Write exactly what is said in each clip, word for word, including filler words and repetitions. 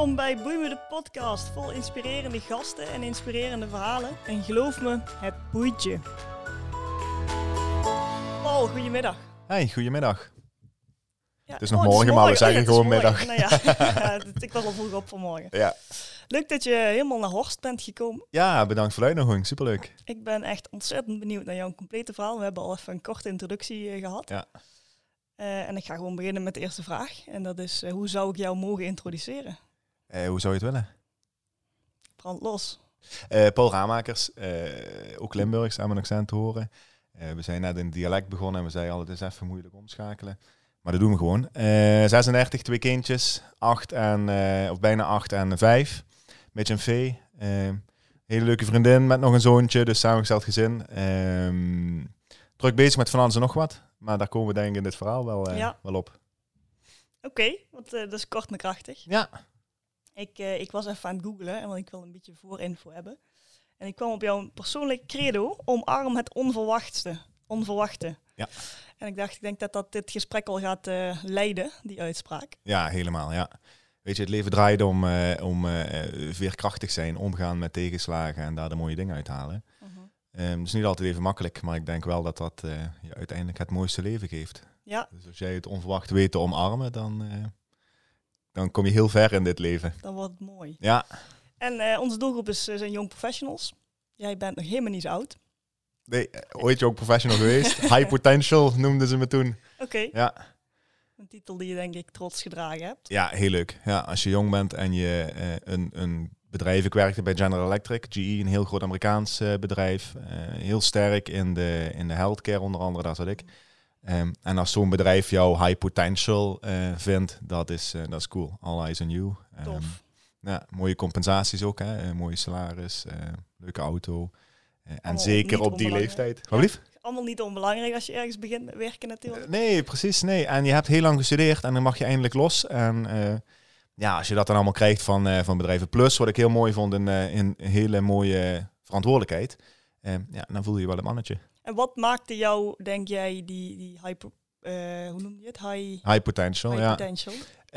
Welkom bij Boei Me de podcast, vol inspirerende gasten en inspirerende verhalen. En geloof me, het boeit je. Paul, goedemiddag. Hey, goedemiddag. Ja, Het is nog oh, morgen, het is maar we morgen. zeggen Oh, ja, gewoon middag. Nou ja, ja, ik was al vroeg op vanmorgen. Ja. Leuk dat je helemaal naar Horst bent gekomen. ja, bedankt voor de uitnodiging. Superleuk. Ik ben echt ontzettend benieuwd naar jouw complete verhaal. We hebben al even een korte introductie uh, gehad. Ja. Uh, en ik ga gewoon beginnen met de eerste vraag. En dat is, uh, hoe zou ik jou mogen introduceren? Uh, hoe zou je het willen? Brand los. Uh, Paul Ramakers, uh, ook Limburgs, aan mijn accent te horen. Uh, we zijn net in het dialect begonnen en we zeiden al, het is even moeilijk omschakelen. Maar dat doen we gewoon. Uh, zesendertig, twee kindjes, acht en, uh, of bijna acht en vijf. Beetje een vee. Uh, hele leuke vriendin met nog een zoontje, dus samengesteld gezin. Uh, druk bezig met van alles en nog wat. Maar daar komen we denk ik in dit verhaal wel, uh, ja. wel op. Oké, okay, want uh, dat is kort maar krachtig. Ja. Ik, uh, ik was even aan het googlen, want ik wil een beetje voorinfo hebben. En ik kwam op jouw persoonlijk credo, omarm het onverwachtste. Onverwachte. Ja. En ik dacht, ik denk dat dat dit gesprek al gaat uh, leiden, die uitspraak. Ja, helemaal, ja. Weet je, het leven draait om, uh, om uh, veerkrachtig zijn, omgaan met tegenslagen en daar de mooie dingen uithalen. Uh-huh. Um, het is niet altijd even makkelijk, maar ik denk wel dat dat uh, je uiteindelijk het mooiste leven geeft. Ja. Dus als jij het onverwacht weet te omarmen, dan, uh, dan kom je heel ver in dit leven. Dan wordt het mooi. Ja. En uh, onze doelgroep is, uh, zijn young professionals. Jij bent nog helemaal niet zo oud. Nee, ooit young professional geweest. High potential noemden ze me toen. Oké. Okay. Ja. Een titel die je denk ik trots gedragen hebt. Ja, heel leuk. Ja, als je jong bent en je uh, een, een bedrijf... Ik werkte bij General Electric, G E, een heel groot Amerikaans uh, bedrijf. Uh, heel sterk in de, in de healthcare onder andere, daar zat ik. Um, en als zo'n bedrijf jouw high potential uh, vindt, dat is, uh, dat is cool. All eyes on you. Um, Tof. Ja, mooie compensaties ook, hè. Uh, mooie salaris, uh, leuke auto. Uh, en Allemaal zeker op die leeftijd. Wat lief? Allemaal niet onbelangrijk als je ergens begint met werken natuurlijk. Uh, nee, precies. Nee. En je hebt heel lang gestudeerd en dan mag je eindelijk los. En uh, ja, als je dat dan allemaal krijgt van, uh, van bedrijven plus, wat ik heel mooi vond, een, uh, een hele mooie verantwoordelijkheid. Uh, ja, dan voel je je wel een mannetje. En wat maakte jou, denk jij, die, die high, uh, hoe noem je het? High, high potential, high ja. potential?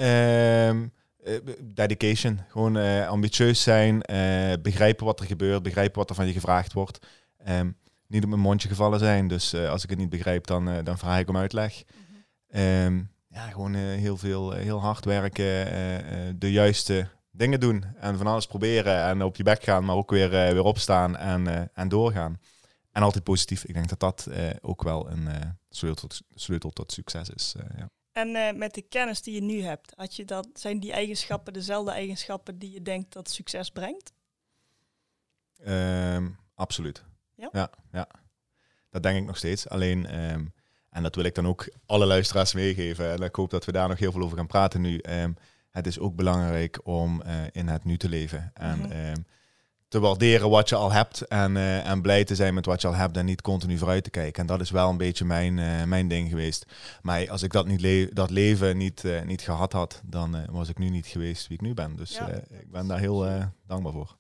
Um, uh, dedication. Gewoon uh, ambitieus zijn, uh, begrijpen wat er gebeurt, begrijpen wat er van je gevraagd wordt. Um, niet op mijn mondje gevallen zijn, dus uh, als ik het niet begrijp, dan, uh, dan vraag ik om uitleg. Mm-hmm. Um, ja, gewoon uh, heel veel, uh, heel hard werken, uh, uh, de juiste dingen doen en van alles proberen en op je bek gaan, maar ook weer, uh, weer opstaan en, uh, en doorgaan. En altijd positief. Ik denk dat dat uh, ook wel een uh, sleutel, sleutel tot succes is. Uh, ja. En uh, met de kennis die je nu hebt, had je dat, zijn die eigenschappen dezelfde eigenschappen die je denkt dat succes brengt? Um, absoluut. Ja? Ja, ja, dat denk ik nog steeds. Alleen, um, en dat wil ik dan ook alle luisteraars meegeven. En ik hoop dat we daar nog heel veel over gaan praten nu. Um, het is ook belangrijk om uh, in het nu te leven. En mm-hmm. um, te waarderen wat je al hebt. En, uh, en blij te zijn met wat je al hebt. En niet continu vooruit te kijken. En dat is wel een beetje mijn, uh, mijn ding geweest. Maar als ik dat, niet le- dat leven niet, uh, niet gehad had, dan uh, was ik nu niet geweest wie ik nu ben. Dus ja. uh, ik ben daar heel uh, dankbaar voor.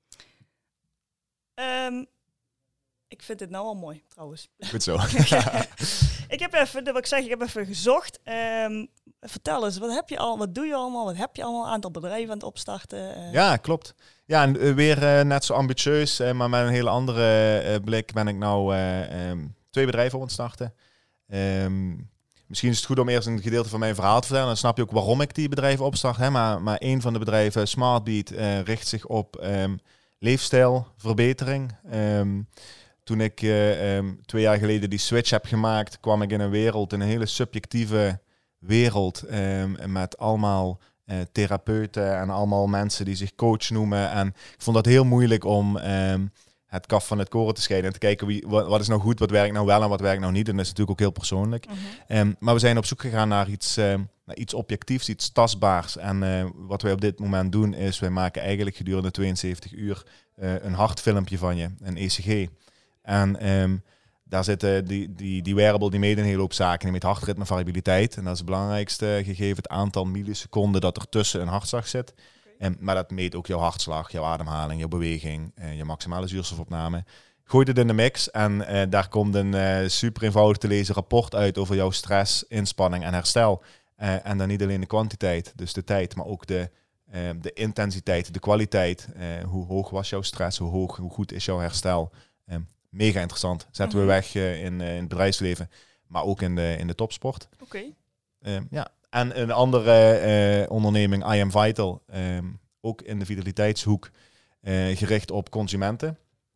Um, ik vind dit nou al mooi, trouwens. Goed zo. Ik heb even, wat ik zeg, ik heb even gezocht. Um, vertel eens, wat heb je al, wat doe je allemaal? Wat heb je allemaal? Een aantal bedrijven aan het opstarten? Uh. Ja, klopt. Ja, en uh, weer uh, net zo ambitieus, uh, maar met een hele andere uh, blik ben ik nou uh, um, twee bedrijven op aan het starten. Um, misschien is het goed om eerst een gedeelte van mijn verhaal te vertellen. Dan snap je ook waarom ik die bedrijven opstart. Hè? Maar, maar een van de bedrijven, SmartBeat, uh, richt zich op um, leefstijlverbetering. Um, Toen ik uh, um, twee jaar geleden die switch heb gemaakt, kwam ik in een wereld, in een hele subjectieve wereld, um, met allemaal uh, therapeuten en allemaal mensen die zich coach noemen. En ik vond dat heel moeilijk om um, het kaf van het koren te scheiden en te kijken wie, wat, wat is nou goed, wat werkt nou wel en wat werkt nou niet. En dat is natuurlijk ook heel persoonlijk. Mm-hmm. Um, maar we zijn op zoek gegaan naar iets, um, naar iets objectiefs, iets tastbaars. En uh, wat wij op dit moment doen is, wij maken eigenlijk gedurende tweeënzeventig uur uh, een hartfilmpje van je, een E C G. En um, daar zitten die, die, die wearable, die meet een hele hoop zaken. Die meet hartritme, variabiliteit. En dat is het belangrijkste gegeven, het aantal milliseconden dat er tussen een hartslag zit. Okay. Um, maar dat meet ook jouw hartslag, jouw ademhaling, jouw beweging, uh, je maximale zuurstofopname. Gooi het in de mix en uh, daar komt een uh, super eenvoudig te lezen rapport uit over jouw stress, inspanning en herstel. Uh, en dan niet alleen de kwantiteit, dus de tijd, maar ook de Uh, de intensiteit, de kwaliteit. Uh, hoe hoog was jouw stress? Hoe hoog, hoe goed is jouw herstel? Um, mega interessant. Zetten mm-hmm. we weg uh, in, uh, in het bedrijfsleven, maar ook in de, in de topsport. Oké. Okay. Um, ja. En een andere uh, onderneming, I Am Vital, um, ook in de vitaliteitshoek, uh, gericht op consumenten.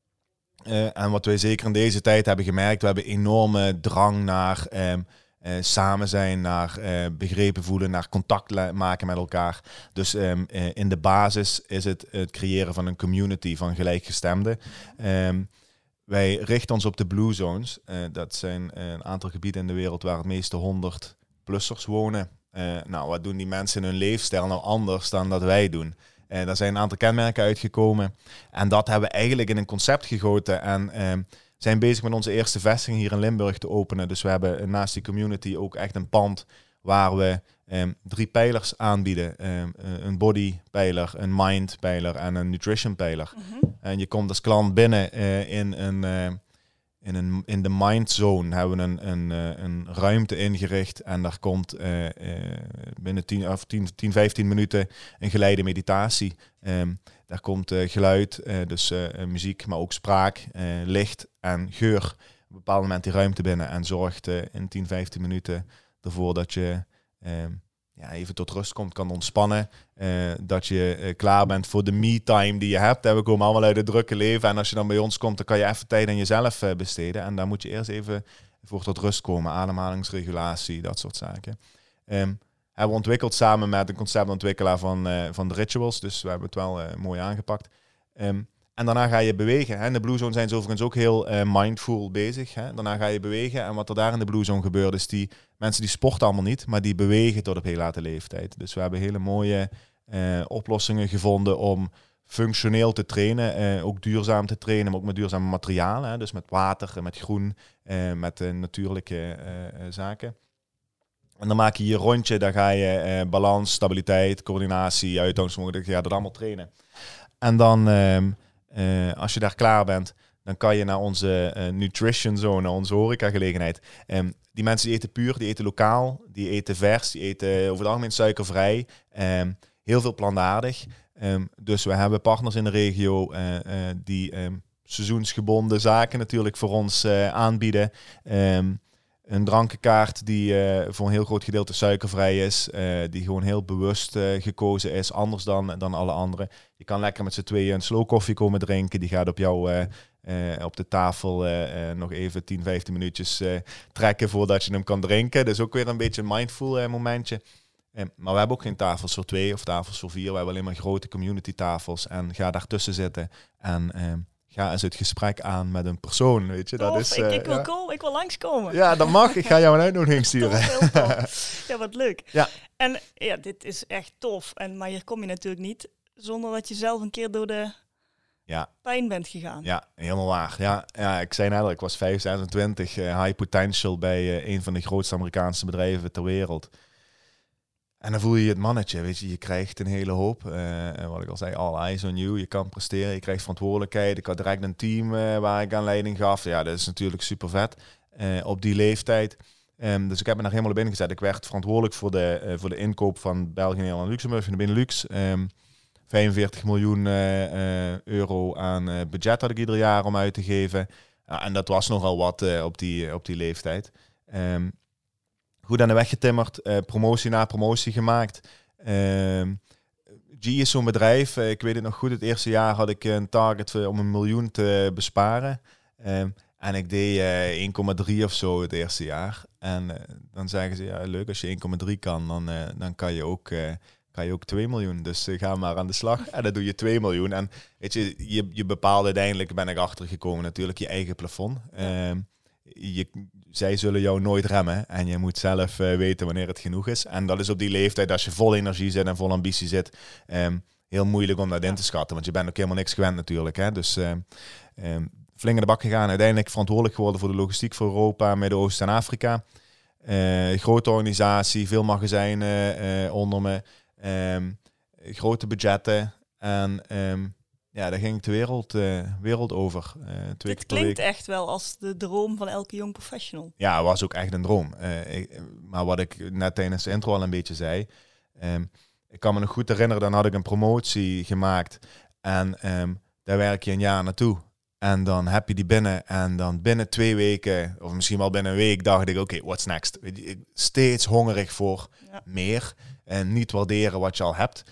Uh, en wat wij zeker in deze tijd hebben gemerkt, we hebben enorme drang naar um, uh, samen zijn, naar uh, begrepen voelen, naar contact la- maken met elkaar. Dus um, uh, in de basis is het het creëren van een community van gelijkgestemden. Um, wij richten ons op de Blue Zones. Uh, dat zijn uh, een aantal gebieden in de wereld waar het meeste honderd-plussers wonen. Uh, nou, wat doen die mensen in hun leefstijl nou anders dan dat wij doen? Uh, daar zijn een aantal kenmerken uitgekomen. En dat hebben we eigenlijk in een concept gegoten. En uh, zijn bezig met onze eerste vestiging hier in Limburg te openen. Dus we hebben naast die community ook echt een pand waar we um, drie pijlers aanbieden. Um, een body-pijler, een mind-pijler en een nutrition-pijler. Mm-hmm. En je komt als klant binnen uh, in een... Uh, In, een, in de mindzone hebben we een, een, een ruimte ingericht en daar komt uh, uh, binnen tien of tien, vijftien minuten een geleide meditatie. Um, daar komt uh, geluid, uh, dus uh, muziek, maar ook spraak, uh, licht en geur. Op een bepaald moment die ruimte binnen en zorgt uh, in tien, vijftien minuten ervoor dat je um, ja, even tot rust komt, kan ontspannen. Uh, dat je uh, klaar bent voor de me-time die je hebt. We komen allemaal uit het drukke leven. En als je dan bij ons komt, dan kan je even tijd aan jezelf uh, besteden. En daar moet je eerst even voor tot rust komen. Ademhalingsregulatie, dat soort zaken. Um, hebben we ontwikkeld samen met een conceptontwikkelaar van, uh, van de Rituals. Dus we hebben het wel uh, mooi aangepakt. Um, en daarna ga je bewegen. Hè. In de Blue Zone zijn ze overigens ook heel uh, mindful bezig. Hè. Daarna ga je bewegen. En wat er daar in de Blue Zone gebeurt, is die mensen die sporten allemaal niet, maar die bewegen tot op heel late leeftijd. Dus we hebben hele mooie uh, oplossingen gevonden om functioneel te trainen. Uh, ook duurzaam te trainen, maar ook met duurzame materialen. Hè. Dus met water, met groen, uh, met uh, natuurlijke uh, uh, zaken. En dan maak je je rondje, daar ga je uh, balans, stabiliteit, coördinatie, uithoudingsvermogen, ga je dat allemaal trainen. En dan... Um, Uh, als je daar klaar bent, dan kan je naar onze uh, nutrition zone, naar onze horecagelegenheid. Um, die mensen die eten puur, die eten lokaal, die eten vers, die eten over het algemeen suikervrij. Um, heel veel plantaardig. Um, dus we hebben partners in de regio uh, uh, die um, seizoensgebonden zaken natuurlijk voor ons uh, aanbieden. Um, een drankenkaart die uh, voor een heel groot gedeelte suikervrij is. Uh, die gewoon heel bewust uh, gekozen is. Anders dan, dan alle anderen. Je kan lekker met z'n tweeën een slow koffie komen drinken. Die gaat op jou uh, uh, op de tafel uh, uh, nog even tien, vijftien minuutjes uh, trekken voordat je hem kan drinken. Dus ook weer een beetje een mindful uh, momentje. Uh, maar we hebben ook geen tafels voor twee of tafels voor vier. We hebben alleen maar grote community tafels. En ga daartussen zitten en... Uh, Ga eens het gesprek aan met een persoon, weet je. Dat of, is, ik, uh, ik, wil ja. komen, ik wil langskomen. Ja, dat mag. Ik ga jou een uitnodiging sturen. Tof, heel tof. Ja, wat leuk. Ja. En ja, dit is echt tof. En, maar hier kom je natuurlijk niet zonder dat je zelf een keer door de ja. pijn bent gegaan. Ja, helemaal waar. Ja, ja, ik zei net al, ik was vijf, zesentwintig, uh, high potential bij uh, een van de grootste Amerikaanse bedrijven ter wereld. En dan voel je het mannetje, weet je. Je krijgt een hele hoop. Uh, wat ik al zei, all eyes on you. Je kan presteren, je krijgt verantwoordelijkheid. Ik had direct een team uh, waar ik aan leiding gaf. Ja, dat is natuurlijk super vet uh, op die leeftijd. Um, dus ik heb me daar helemaal op ingezet. Ik werd verantwoordelijk voor de, uh, voor de inkoop van België, Nederland en Luxemburg, van de Benelux. Um, vijfenveertig miljoen uh, uh, euro aan uh, budget had ik ieder jaar om uit te geven. Uh, en dat was nogal wat uh, op, die, op die leeftijd. Um, Goed aan de weg getimmerd, uh, promotie na promotie gemaakt. Uh, G is zo'n bedrijf, uh, ik weet het nog goed, het eerste jaar had ik een target om een miljoen te besparen. Uh, en ik deed uh, één komma drie of zo het eerste jaar. En uh, dan zeggen ze, ja leuk, als je één komma drie kan, dan, uh, dan kan je ook... Uh, kan je ook twee miljoen. Dus uh, ga maar aan de slag. En dan doe je twee miljoen. En weet je, je, je bepaalt uiteindelijk, ben ik achtergekomen, natuurlijk je eigen plafond. Uh, je, zij zullen jou nooit remmen. En je moet zelf uh, weten wanneer het genoeg is. En dat is op die leeftijd, als je vol energie zit en vol ambitie zit, um, heel moeilijk om dat ja. in te schatten. Want je bent ook helemaal niks gewend natuurlijk. Hè? Dus uh, um, flink in de bak gegaan. Uiteindelijk verantwoordelijk geworden voor de logistiek voor Europa, Midden-Oosten en Afrika. Uh, grote organisatie, veel magazijnen uh, onder me. Um, grote budgetten en um, ja, daar ging ik de wereld, uh, wereld over. Uh, twee Dit klinkt echt wel als de droom van elke jong professional. Ja, was ook echt een droom. Uh, ik, maar wat ik net tijdens de intro al een beetje zei, um, ik kan me nog goed herinneren, dan had ik een promotie gemaakt. En um, daar werk je een jaar naartoe. En dan heb je die binnen. En dan binnen twee weken, of misschien wel binnen een week, dacht ik, oké, okay, what's next? Steeds hongerig voor ja. meer. En niet waarderen wat je al hebt.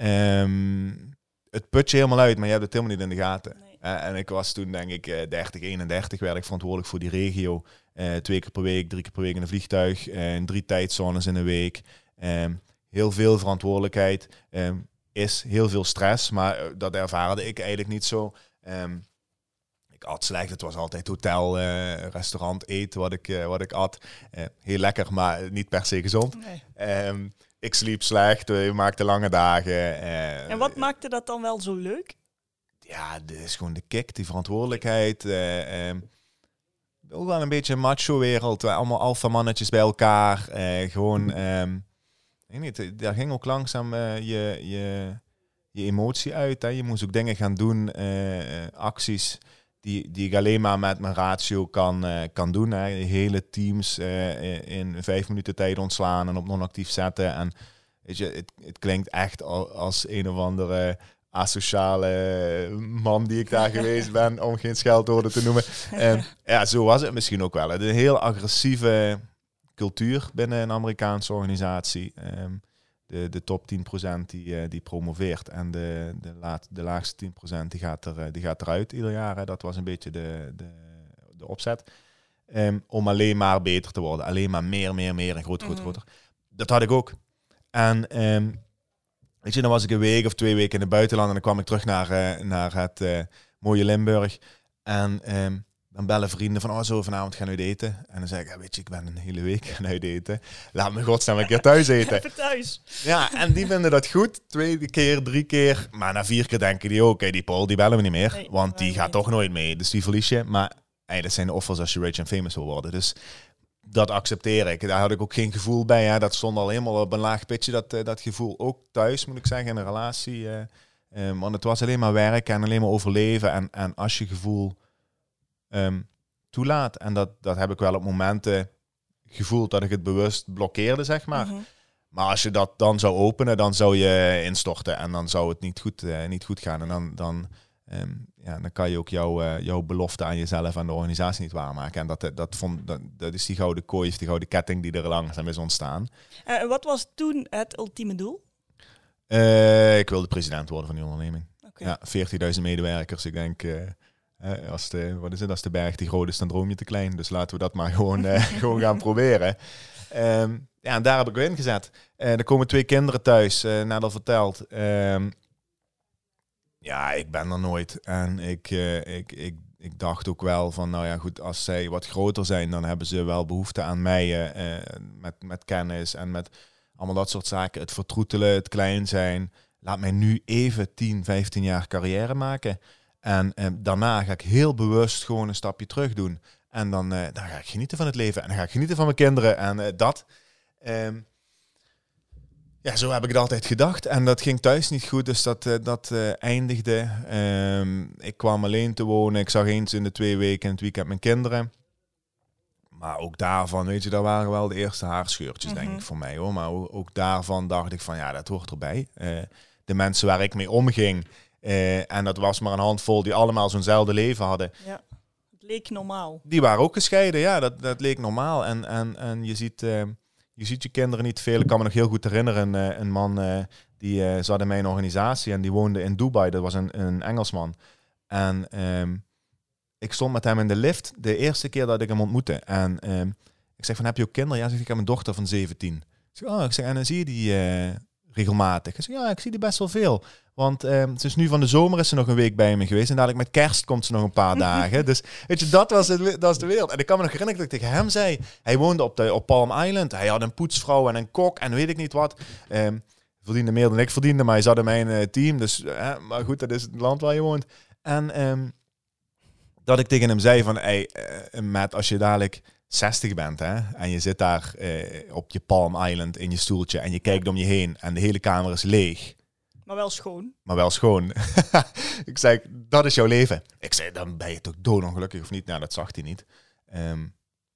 Um, het put je helemaal uit, maar je hebt het helemaal niet in de gaten. Nee. Uh, en ik was toen, denk ik, uh, dertig, eenendertig, werd ik verantwoordelijk voor die regio. Uh, twee keer per week, drie keer per week in een vliegtuig. Uh, in drie tijdzones in een week. Um, heel veel verantwoordelijkheid. Um, is heel veel stress, maar uh, dat ervaarde ik eigenlijk niet zo. Um, ik at slecht, het was altijd hotel, uh, restaurant, eten wat ik, uh, wat ik at. Uh, heel lekker, maar niet per se gezond. Nee. Um, ik sliep slecht, ik maakte lange dagen. Uh, en wat maakte dat dan wel zo leuk? Ja, dit is gewoon de kick, die verantwoordelijkheid. Uh, um, ook wel een beetje een macho-wereld, allemaal alpha-mannetjes bij elkaar. Uh, gewoon, um, ik weet niet, daar ging ook langzaam uh, je, je, je emotie uit. Hè. Je moest ook dingen gaan doen, uh, acties die, die ik alleen maar met mijn ratio kan, uh, kan doen. Hè. Hele teams uh, in vijf minuten tijd ontslaan en op non-actief zetten. En weet je, het, het klinkt echt als een of andere asociale man die ik daar geweest ben, om geen scheldwoorden te noemen. Um, ja, zo was het misschien ook wel. Een heel agressieve cultuur binnen een Amerikaanse organisatie. Um, de, de top tien procent die, uh, die promoveert en de, de, laat, de laagste tien procent die gaat, er, die gaat eruit ieder jaar. Hè. Dat was een beetje de, de, de opzet. Um, om alleen maar beter te worden. Alleen maar meer, meer, meer en groter, groter, groter. Dat had ik ook. En um, weet je, dan was ik een week of twee weken in het buitenland en dan kwam ik terug naar, uh, naar het uh, mooie Limburg. En um, dan bellen vrienden van, oh zo, vanavond gaan we uit eten. En dan zeg ik, ja, weet je, ik ben een hele week gaan uit eten. Laat me godsnaam een keer thuis eten. Even thuis. Ja, en die vinden dat goed. Twee keer, drie keer. Maar na vier keer denken die ook, okay, die Paul, die bellen we niet meer. Nee, want die gaat niet. Toch nooit mee. Dus die verlies je. Maar hey, dat zijn de offers als je rich en famous wil worden. Dus dat accepteer ik. Daar had ik ook geen gevoel bij. Hè. Dat stond al helemaal op een laag pitje, dat, uh, dat gevoel. Ook thuis, moet ik zeggen, in een relatie. Uh, um, want het was alleen maar werken en alleen maar overleven. En, en als je gevoel um, toelaat. En dat, dat heb ik wel op momenten gevoeld dat ik het bewust blokkeerde, zeg maar. Mm-hmm. Maar als je dat dan zou openen, dan zou je instorten. En dan zou het niet goed, uh, niet goed gaan. En dan... dan Um, ja, dan kan je ook jouw, uh, jouw belofte aan jezelf en de organisatie niet waarmaken. En dat, dat, vond, dat, dat is die gouden kooi of die gouden ketting die er langzaam is ontstaan. En uh, wat was toen het ultieme doel? Uh, ik wilde president worden van die onderneming. Okay. Ja, veertigduizend medewerkers. Ik denk, uh, uh, als, de, wat is het, als de berg die groot is, dan droom je te klein. Dus laten we dat maar gewoon, uh, gewoon gaan proberen. Um, ja, en daar heb ik in gezet. Uh, er komen twee kinderen thuis, uh, net al verteld. Um, Ja, ik ben er nooit. En ik, uh, ik, ik, ik dacht ook wel van, nou ja goed, als zij wat groter zijn, dan hebben ze wel behoefte aan mij. Uh, met, met kennis en met allemaal dat soort zaken. Het vertroetelen, het klein zijn. Laat mij nu even tien, vijftien jaar carrière maken. En uh, daarna ga ik heel bewust gewoon een stapje terug doen. En dan, uh, dan ga ik genieten van het leven. En dan ga ik genieten van mijn kinderen. En uh, dat... Um, Ja, zo heb ik het altijd gedacht. En dat ging thuis niet goed, dus dat, uh, dat uh, eindigde. Um, ik kwam alleen te wonen. Ik zag eens in de twee weken in het weekend mijn kinderen. Maar ook daarvan, weet je, dat waren wel de eerste haarscheurtjes, mm-hmm. denk ik, voor mij. Hoor. Maar ook, ook daarvan dacht ik van, ja, dat hoort erbij. Uh, de mensen waar ik mee omging, uh, en dat was maar een handvol die allemaal zo'nzelfde leven hadden. Ja, het leek normaal. Die waren ook gescheiden, ja, dat, dat leek normaal. En, en, en je ziet... Uh, Je ziet je kinderen niet veel. Ik kan me nog heel goed herinneren, uh, een man uh, die uh, zat in mijn organisatie en die woonde in Dubai. Dat was een, een Engelsman. En um, ik stond met hem in de lift de eerste keer dat ik hem ontmoette. En um, ik zeg van, heb je ook kinderen? Ja, zeg, ik heb een dochter van zeventien. Ik zeg, oh, ik zeg, en dan zie je die uh, regelmatig? Ik zeg, ja, ik zie die best wel veel. Want um, sinds nu van de zomer is ze nog een week bij me geweest. En dadelijk met kerst komt ze nog een paar dagen. Dus weet je, dat was, het, dat was de wereld. En ik kan me nog herinneren dat ik tegen hem zei... Hij woonde op, de, op Palm Island. Hij had een poetsvrouw en een kok en weet ik niet wat. Um, verdiende meer dan ik verdiende, maar hij zat in mijn uh, team. Dus, uh, maar goed, dat is het land waar je woont. En um, dat ik tegen hem zei van... Hey, uh, Matt, als je dadelijk zestig bent, hè, en je zit daar uh, op je Palm Island in je stoeltje... en je kijkt om je heen en de hele kamer is leeg... Maar wel schoon. Maar wel schoon. Ik zei, dat is jouw leven. Ik zei, dan ben je toch doodongelukkig of niet? Nou, dat zag hij niet. Um,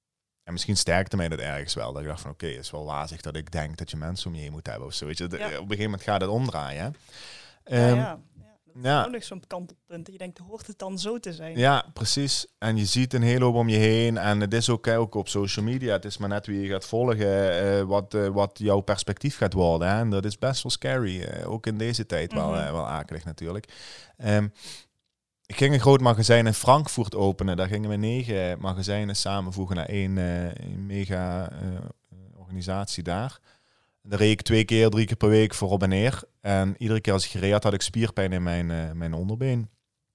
En misschien sterkte mij dat ergens wel. Dat ik dacht van, oké, okay, het is wel wazig dat ik denk dat je mensen om je heen moet hebben of zo. Weet je? Ja. Op een gegeven moment gaat het omdraaien. Hè? Ja, um, ja. Dat is ja. ook nog zo'n kantelpunt. Je denkt, hoort het dan zo te zijn? Ja, precies. En je ziet een hele hoop om je heen. En het is ook, ook op social media. Het is maar net wie je gaat volgen, uh, wat, uh, wat jouw perspectief gaat worden. Hè? En dat is best wel scary. Uh, ook in deze tijd mm-hmm. wel, uh, wel akelig natuurlijk. Um, ik ging een groot magazijn in Frankfurt openen. Daar gingen we negen magazijnen samenvoegen naar één uh, mega uh, organisatie daar. Daar reed ik twee keer, drie keer per week voor op en neer. En iedere keer als ik gereed had, had ik spierpijn in mijn, uh, mijn onderbeen.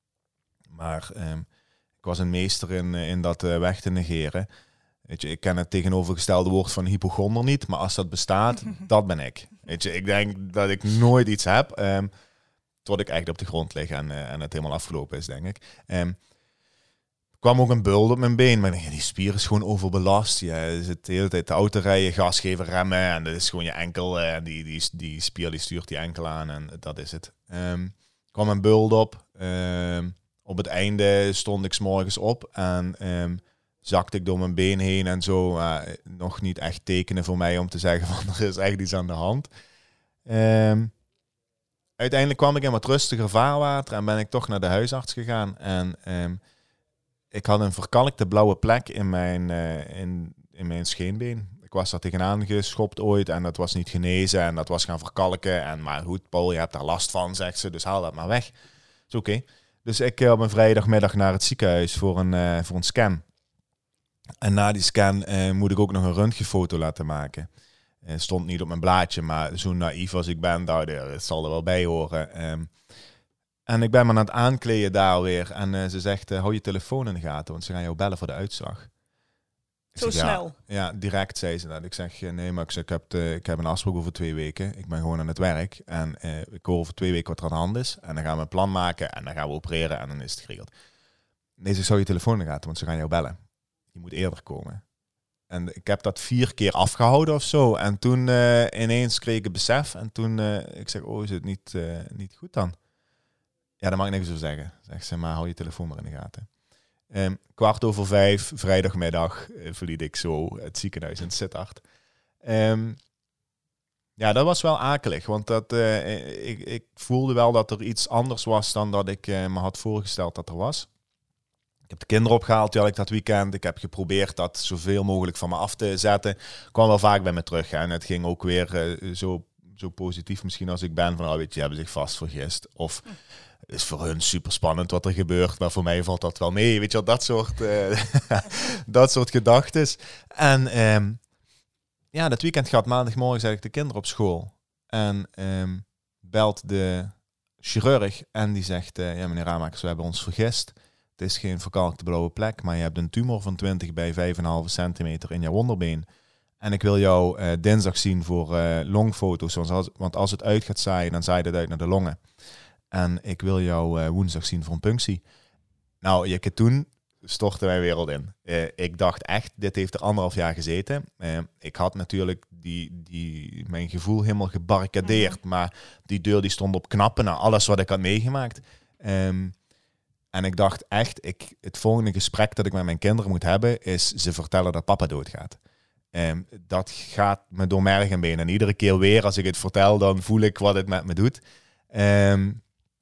Maar um, ik was een meester in, uh, in dat uh, weg te negeren. Weet je, ik ken het tegenovergestelde woord van hypochonder niet, maar als dat bestaat, dat ben ik. Weet je, ik denk dat ik nooit iets heb, um, tot ik echt op de grond lig en, uh, en het helemaal afgelopen is, denk ik. Um, Er kwam ook een bult op mijn been, maar die spier is gewoon overbelast. Je zit de hele tijd de auto rijden, gas geven, remmen en dat is gewoon je enkel. En die, die, die spier die stuurt die enkel aan en dat is het. Um, er kwam een bult op. Um, op het einde stond ik 's morgens op en um, zakte ik door mijn been heen en zo. Uh, nog niet echt tekenen voor mij om te zeggen van er is echt iets aan de hand. Um, uiteindelijk kwam ik in wat rustiger vaarwater en ben ik toch naar de huisarts gegaan en... Um, Ik had een verkalkte blauwe plek in mijn, uh, in, in mijn scheenbeen. Ik was daar tegenaan geschopt ooit en dat was niet genezen en dat was gaan verkalken. En maar goed, Paul, je hebt daar last van, zegt ze, dus haal dat maar weg. Is oké. Okay. Dus ik uh, op een vrijdagmiddag naar het ziekenhuis voor een, uh, voor een scan. En na die scan uh, moet ik ook nog een röntgenfoto laten maken. Uh, stond niet op mijn blaadje, maar zo naïef als ik ben, daar, het zal er wel bij horen. Um, En ik ben me aan het aankleden daar weer. En uh, ze zegt, uh, hou je telefoon in de gaten, want ze gaan jou bellen voor de uitslag. Zo zeg, snel? Ja, ja, direct zei ze dat. Ik zeg, nee, maar ik, zeg, ik, heb de, ik heb een afspraak over twee weken. Ik ben gewoon aan het werk. En uh, ik hoor over twee weken wat er aan de hand is. En dan gaan we een plan maken en dan gaan we opereren en dan is het geregeld. Nee, ze zou je telefoon in de gaten, want ze gaan jou bellen. Je moet eerder komen. En ik heb dat vier keer afgehouden of zo. En toen uh, ineens kreeg ik het besef. En toen, uh, ik zeg, oh, is het niet, uh, niet goed dan? Ja, dat mag ik niks over zeggen. Zeg ze, maar hou je telefoon maar in de gaten. Um, kwart over vijf, vrijdagmiddag, uh, verliet ik zo het ziekenhuis in Sittard. Um, ja, dat was wel akelig, want dat, uh, ik, ik voelde wel dat er iets anders was dan dat ik uh, me had voorgesteld dat er was. Ik heb de kinderen opgehaald, die had ik dat weekend. Ik heb geprobeerd dat zoveel mogelijk van me af te zetten. Kwam wel vaak bij me terug. Hè. En het ging ook weer uh, zo, zo positief misschien als ik ben. Van, oh, weet je, die hebben zich vast vergist. Of... Het is voor hun super spannend wat er gebeurt, maar voor mij valt dat wel mee. Weet je wel, dat soort, uh, dat soort gedachtes. En um, ja, dat weekend gehad, maandagmorgen zet ik de kinderen op school. En um, belt de chirurg en die zegt, uh, ja meneer Ramakers, we hebben ons vergist. Het is geen verkalkte blauwe plek, maar je hebt een tumor van twintig bij vijf komma vijf centimeter in je onderbeen. En ik wil jou uh, dinsdag zien voor uh, longfoto's, want als, want als het uit gaat zaaien, dan zaait het uit naar de longen. En ik wil jou uh, woensdag zien voor een punctie. Nou, je, toen stortte mijn wereld in. Uh, ik dacht echt, dit heeft er anderhalf jaar gezeten. Uh, ik had natuurlijk die, die, mijn gevoel helemaal gebarricadeerd. Mm-hmm. Maar die deur die stond op knappen na alles wat ik had meegemaakt. Um, en ik dacht echt, ik, het volgende gesprek dat ik met mijn kinderen moet hebben, is ze vertellen dat papa doodgaat. Um, dat gaat me door merg en been. En iedere keer weer als ik het vertel, dan voel ik wat het met me doet. Um,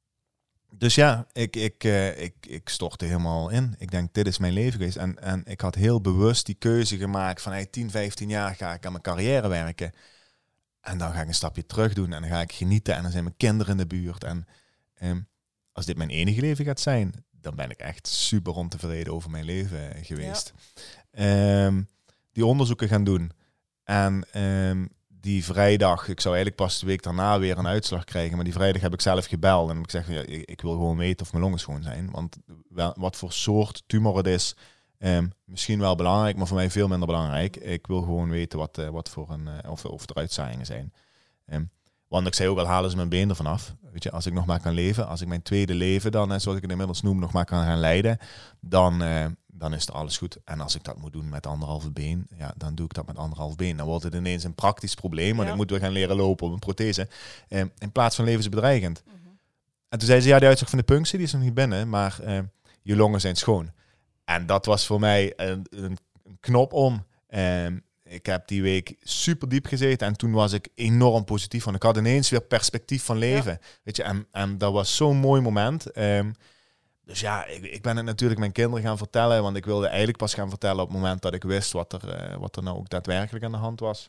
Dus ja, ik, ik, uh, ik, ik stortte helemaal in. Ik denk, dit is mijn leven geweest. En, en ik had heel bewust die keuze gemaakt van hey, tien, vijftien jaar ga ik aan mijn carrière werken. En dan ga ik een stapje terug doen en dan ga ik genieten. En dan zijn mijn kinderen in de buurt. En um, als dit mijn enige leven gaat zijn, dan ben ik echt super ontevreden over mijn leven geweest. Ja. Um, die onderzoeken gaan doen. En um, die vrijdag, ik zou eigenlijk pas de week daarna weer een uitslag krijgen, maar die vrijdag heb ik zelf gebeld en ik zeg, ja, ik, ik wil gewoon weten of mijn longen schoon zijn, want wel, wat voor soort tumor het is, um, misschien wel belangrijk, maar voor mij veel minder belangrijk. Ik wil gewoon weten wat, uh, wat voor een, uh, of, of er uitzaaiingen zijn. Um, want ik zei ook al, halen ze mijn been ervan af. Weet je, als ik nog maar kan leven, als ik mijn tweede leven dan, en zoals ik het inmiddels noem, nog maar kan gaan leiden, dan, uh, dan is er alles goed. En als ik dat moet doen met anderhalve been, ja, dan doe ik dat met anderhalf been. Dan wordt het ineens een praktisch probleem, want ja. ik moet weer gaan leren lopen op een prothese, uh, in plaats van levensbedreigend. Mm-hmm. En toen zei ze, ja, die uitslag van de punctie, die is nog niet binnen, maar uh, je longen zijn schoon. En dat was voor mij een, een, een knop om. Um, ik heb die week super diep gezeten en toen was ik enorm positief. Want ik had ineens weer perspectief van leven. Ja. Weet je, en, en dat was zo'n mooi moment. Um, dus ja, ik, ik ben het natuurlijk mijn kinderen gaan vertellen. Want ik wilde eigenlijk pas gaan vertellen op het moment dat ik wist wat er, uh, wat er nou ook daadwerkelijk aan de hand was.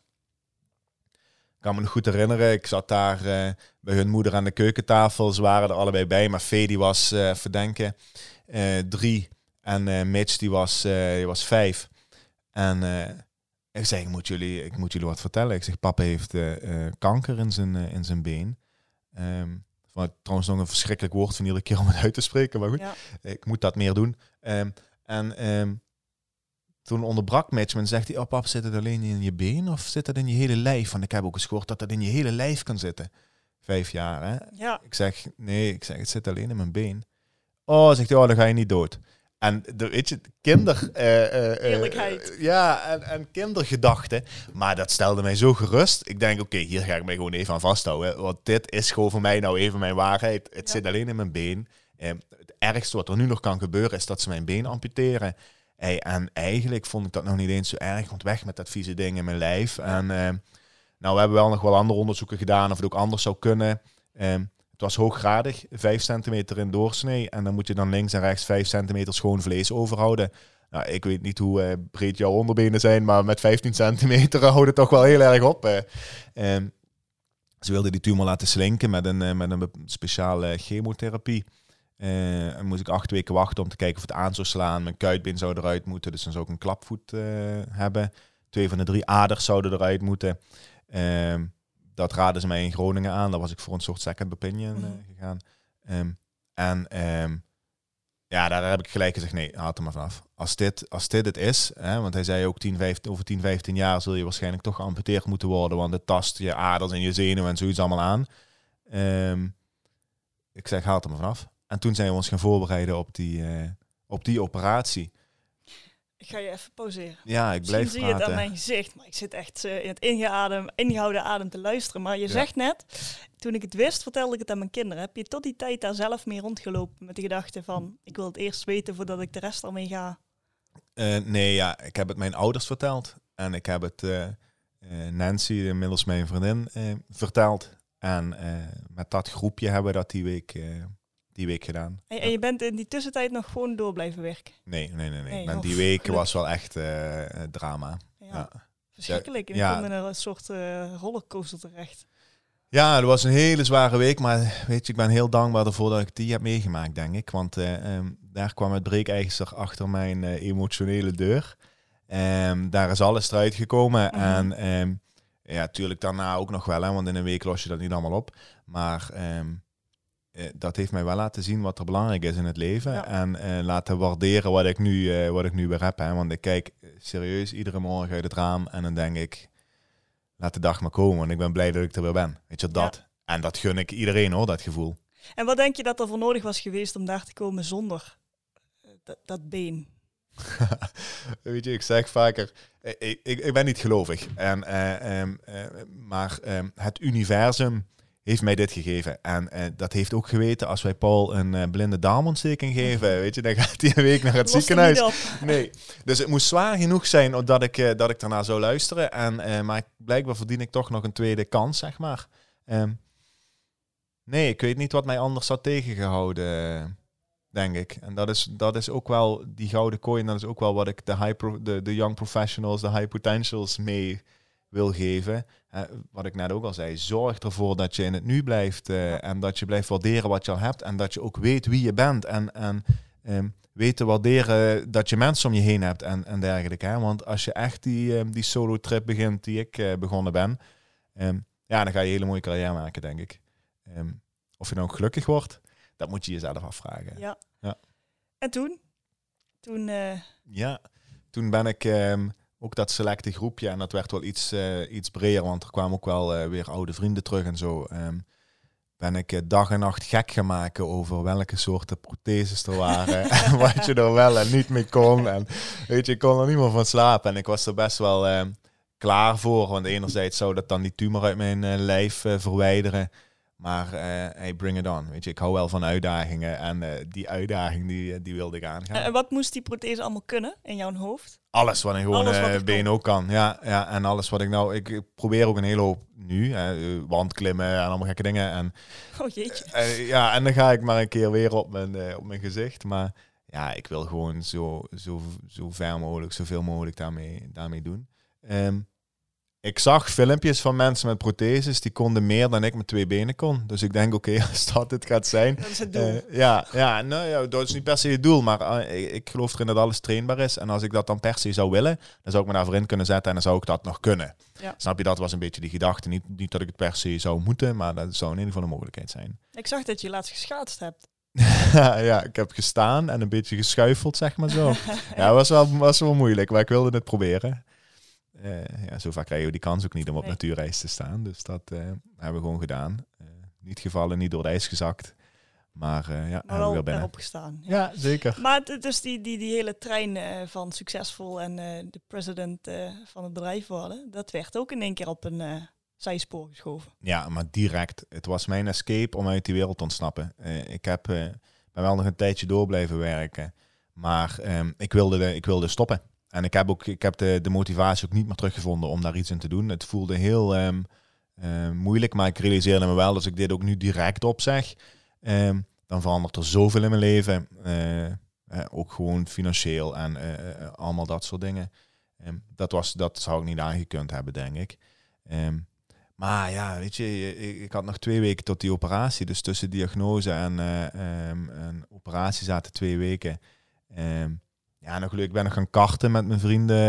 Ik kan me nog goed herinneren, ik zat daar uh, bij hun moeder aan de keukentafel. Ze waren er allebei bij, maar Vee die was, uh, verdenken, uh, drie. En uh, Mitch die was, uh, die was vijf. En uh, ik zei, ik moet, jullie, ik moet jullie wat vertellen. Ik zeg, papa heeft uh, uh, kanker in zijn, uh, in zijn been. Um, wat trouwens nog een verschrikkelijk woord van iedere keer om het uit te spreken. Maar goed, ja. Ik moet dat meer doen. Um, en um, toen onderbrak Mitch en zegt hij, oh papa, zit het alleen in je been of zit het in je hele lijf? Want ik heb ook eens gehoord dat dat in je hele lijf kan zitten. Vijf jaar, hè? Ja. Ik zeg, nee, ik zeg, het zit alleen in mijn been. Oh, zegt hij, oh, dan ga je niet dood. En de, weet je, kinder... Uh, uh, Eerlijkheid. Uh, ja, en, en kindergedachten. Maar dat stelde mij zo gerust. Ik denk, oké, okay, hier ga ik mij gewoon even aan vasthouden. Want dit is gewoon voor mij nou even mijn waarheid. Het ja. zit alleen in mijn been. Uh, het ergste wat er nu nog kan gebeuren is dat ze mijn been amputeren. Hey, en eigenlijk vond ik dat nog niet eens zo erg. Want weg met dat vieze ding in mijn lijf. Ja. En uh, nou, we hebben wel nog wel andere onderzoeken gedaan of het ook anders zou kunnen. Uh, Het was hooggradig, vijf centimeter in doorsnee. En dan moet je dan links en rechts vijf centimeter schoon vlees overhouden. Nou, ik weet niet hoe uh, breed jouw onderbenen zijn, maar met vijftien centimeter uh, houdt het toch wel heel erg op. Uh. Um, ze wilden die tumor laten slinken met een, uh, met een speciale chemotherapie. Uh, en moest ik acht weken wachten om te kijken of het aan zou slaan. Mijn kuitbeen zou eruit moeten, dus dan zou ik een klapvoet uh, hebben. Twee van de drie aders zouden eruit moeten. Um, Dat raden ze mij in Groningen aan. Daar was ik voor een soort second opinion uh, gegaan. Um, en um, ja, daar heb ik gelijk gezegd, nee, haal het er maar vanaf. Als dit, als dit het is, hè, want hij zei ook tien, vijftien, over tien, vijftien jaar zul je waarschijnlijk toch geamputeerd moeten worden, want het tast je aders en je zenuwen en zoiets allemaal aan. Um, ik zeg, haal het er maar vanaf. En toen zijn we ons gaan voorbereiden op die, uh, op die operatie. Ik ga je even pauzeren. Ja, ik blijf Misschien praten. zie je het aan mijn gezicht, maar ik zit echt uh, in het ingeadem, ingehouden adem te luisteren. Maar je ja. zegt net, toen ik het wist, vertelde ik het aan mijn kinderen. Heb je tot die tijd daar zelf mee rondgelopen met de gedachte van, ik wil het eerst weten voordat ik de rest ermee ga? Uh, nee, ja, ik heb het mijn ouders verteld. En ik heb het uh, uh, Nancy, inmiddels mijn vriendin, uh, verteld. En uh, met dat groepje hebben we dat die week... Uh, Die week gedaan. En, en je bent in die tussentijd nog gewoon door blijven werken? Nee, nee, nee. nee. nee maar die week gelukkig. Was wel echt uh, drama. Ja. Ja. Verschrikkelijk. En ja. ik kom in een soort uh, rollercoaster terecht. Ja, het was een hele zware week. Maar weet je, ik ben heel dankbaar ervoor dat ik die heb meegemaakt, denk ik. Want uh, um, daar kwam het breekijzer achter mijn uh, emotionele deur. Um, daar is alles eruit gekomen. Mm-hmm. En um, ja, natuurlijk daarna ook nog wel. Hè, want in een week los je dat niet allemaal op. Maar... Um, dat heeft mij wel laten zien wat er belangrijk is in het leven. Ja. En uh, laten waarderen wat ik nu, uh, wat ik nu weer heb. Hè. Want ik kijk serieus iedere morgen uit het raam en dan denk ik, laat de dag maar komen. Want ik ben blij dat ik er weer ben. Weet je, dat. Ja. En dat gun ik iedereen hoor, dat gevoel. En wat denk je dat er voor nodig was geweest om daar te komen zonder dat, dat been? Weet je, ik zeg vaker, ik, ik, ik ben niet gelovig. En, uh, um, uh, maar um, het universum heeft mij dit gegeven. En uh, dat heeft ook geweten als wij Paul een uh, blinde darmontsteking geven. Weet je, dan gaat hij een week naar het ziekenhuis. Nee. Dus het moest zwaar genoeg zijn dat ik, uh, dat ik daarna zou luisteren. En, uh, maar blijkbaar verdien ik toch nog een tweede kans, zeg maar. Um, nee, ik weet niet wat mij anders had tegengehouden, denk ik. En dat is, dat is ook wel, die gouden kooi, dat is ook wel wat ik de, high pro, de, de young professionals, de high potentials mee wil geven. Uh, wat ik net ook al zei, zorg ervoor dat je in het nu blijft uh, ja. en dat je blijft waarderen wat je al hebt en dat je ook weet wie je bent en, en um, weet te waarderen dat je mensen om je heen hebt en, en dergelijke. Hè? Want als je echt die, um, die solo trip begint die ik uh, begonnen ben, um, ja, dan ga je een hele mooie carrière maken, denk ik. Um, of je nou ook gelukkig wordt, dat moet je jezelf afvragen. Ja. Ja. En toen? Toen, uh... Ja, toen ben ik... Um, Ook dat selecte groepje, en dat werd wel iets, uh, iets breder, want er kwamen ook wel uh, weer oude vrienden terug en zo. Um, ben ik uh, dag en nacht gek gaan maken over welke soorten protheses er waren. En wat je er wel en niet mee kon. En weet je, ik kon er niet meer van slapen. En ik was er best wel uh, klaar voor, want enerzijds zou dat dan die tumor uit mijn uh, lijf uh, verwijderen. Maar uh, hey, bring it on. Weet je, ik hou wel van uitdagingen. En uh, die uitdaging die, die wilde ik aangaan. En wat moest die prothese allemaal kunnen in jouw hoofd? Alles wat ik gewoon uh, B N O kan. Ja, ja, en alles wat ik nou... Ik, ik probeer ook een hele hoop nu. Uh, wandklimmen en allemaal gekke dingen. En, oh jeetje. Uh, ja, en dan ga ik maar een keer weer op mijn, uh, op mijn gezicht. Maar ja, ik wil gewoon zo, zo, zo ver mogelijk, zoveel mogelijk daarmee, daarmee doen. Um, Ik zag filmpjes van mensen met protheses, die konden meer dan ik met twee benen kon. Dus ik denk, oké, okay, als dat het gaat zijn... Dat is het doel. Uh, ja, ja, nou, ja, dat is niet per se het doel, maar uh, ik, ik geloof erin dat alles trainbaar is. En als ik dat dan per se zou willen, dan zou ik me daarvoor in kunnen zetten en dan zou ik dat nog kunnen. Ja. Snap je, dat was een beetje die gedachte. Niet, niet dat ik het per se zou moeten, maar dat zou in ieder geval een mogelijkheid zijn. Ik zag dat je laatst geschaatst hebt. Ja, ik heb gestaan en een beetje geschuifeld, zeg maar zo. Ja, was wel, was wel moeilijk, maar ik wilde het proberen. Uh, ja, zo vaak krijgen we die kans ook niet om op nee. natuurijs te staan. Dus dat uh, hebben we gewoon gedaan. Uh, niet gevallen, niet door het ijs gezakt. Maar uh, ja, maar wel weer binnen. Erop gestaan. Ja, ja zeker. Maar t- dus die, die, die hele trein uh, van succesvol en uh, de president uh, van het bedrijf worden, dat werd ook in één keer op een uh, zijspoor geschoven. Ja, maar direct. Het was mijn escape om uit die wereld te ontsnappen. Uh, ik heb, uh, ben wel nog een tijdje door blijven werken. Maar um, ik, wilde de, ik wilde stoppen. En ik heb ook ik heb de, de motivatie ook niet meer teruggevonden om daar iets in te doen. Het voelde heel um, uh, moeilijk, maar ik realiseerde me wel, als ik dit ook nu direct opzeg, um, dan verandert er zoveel in mijn leven. Uh, uh, ook gewoon financieel en uh, uh, allemaal dat soort dingen. Um, dat, was, dat zou ik niet aangekund hebben, denk ik. Um, maar ja, weet je, ik, ik had nog twee weken tot die operatie. Dus tussen diagnose en, uh, um, en operatie zaten twee weken. Um, Ja, nog leuk. Ik ben nog gaan karten met mijn vrienden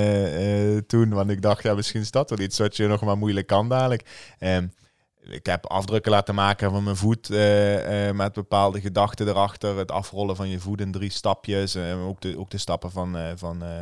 uh, toen. Want ik dacht, ja, misschien is dat wel iets wat je nog maar moeilijk kan dadelijk. Um, ik heb afdrukken laten maken van mijn voet. Uh, uh, met bepaalde gedachten erachter. Het afrollen van je voet in drie stapjes. Uh, ook, de, ook de stappen van, uh, van uh,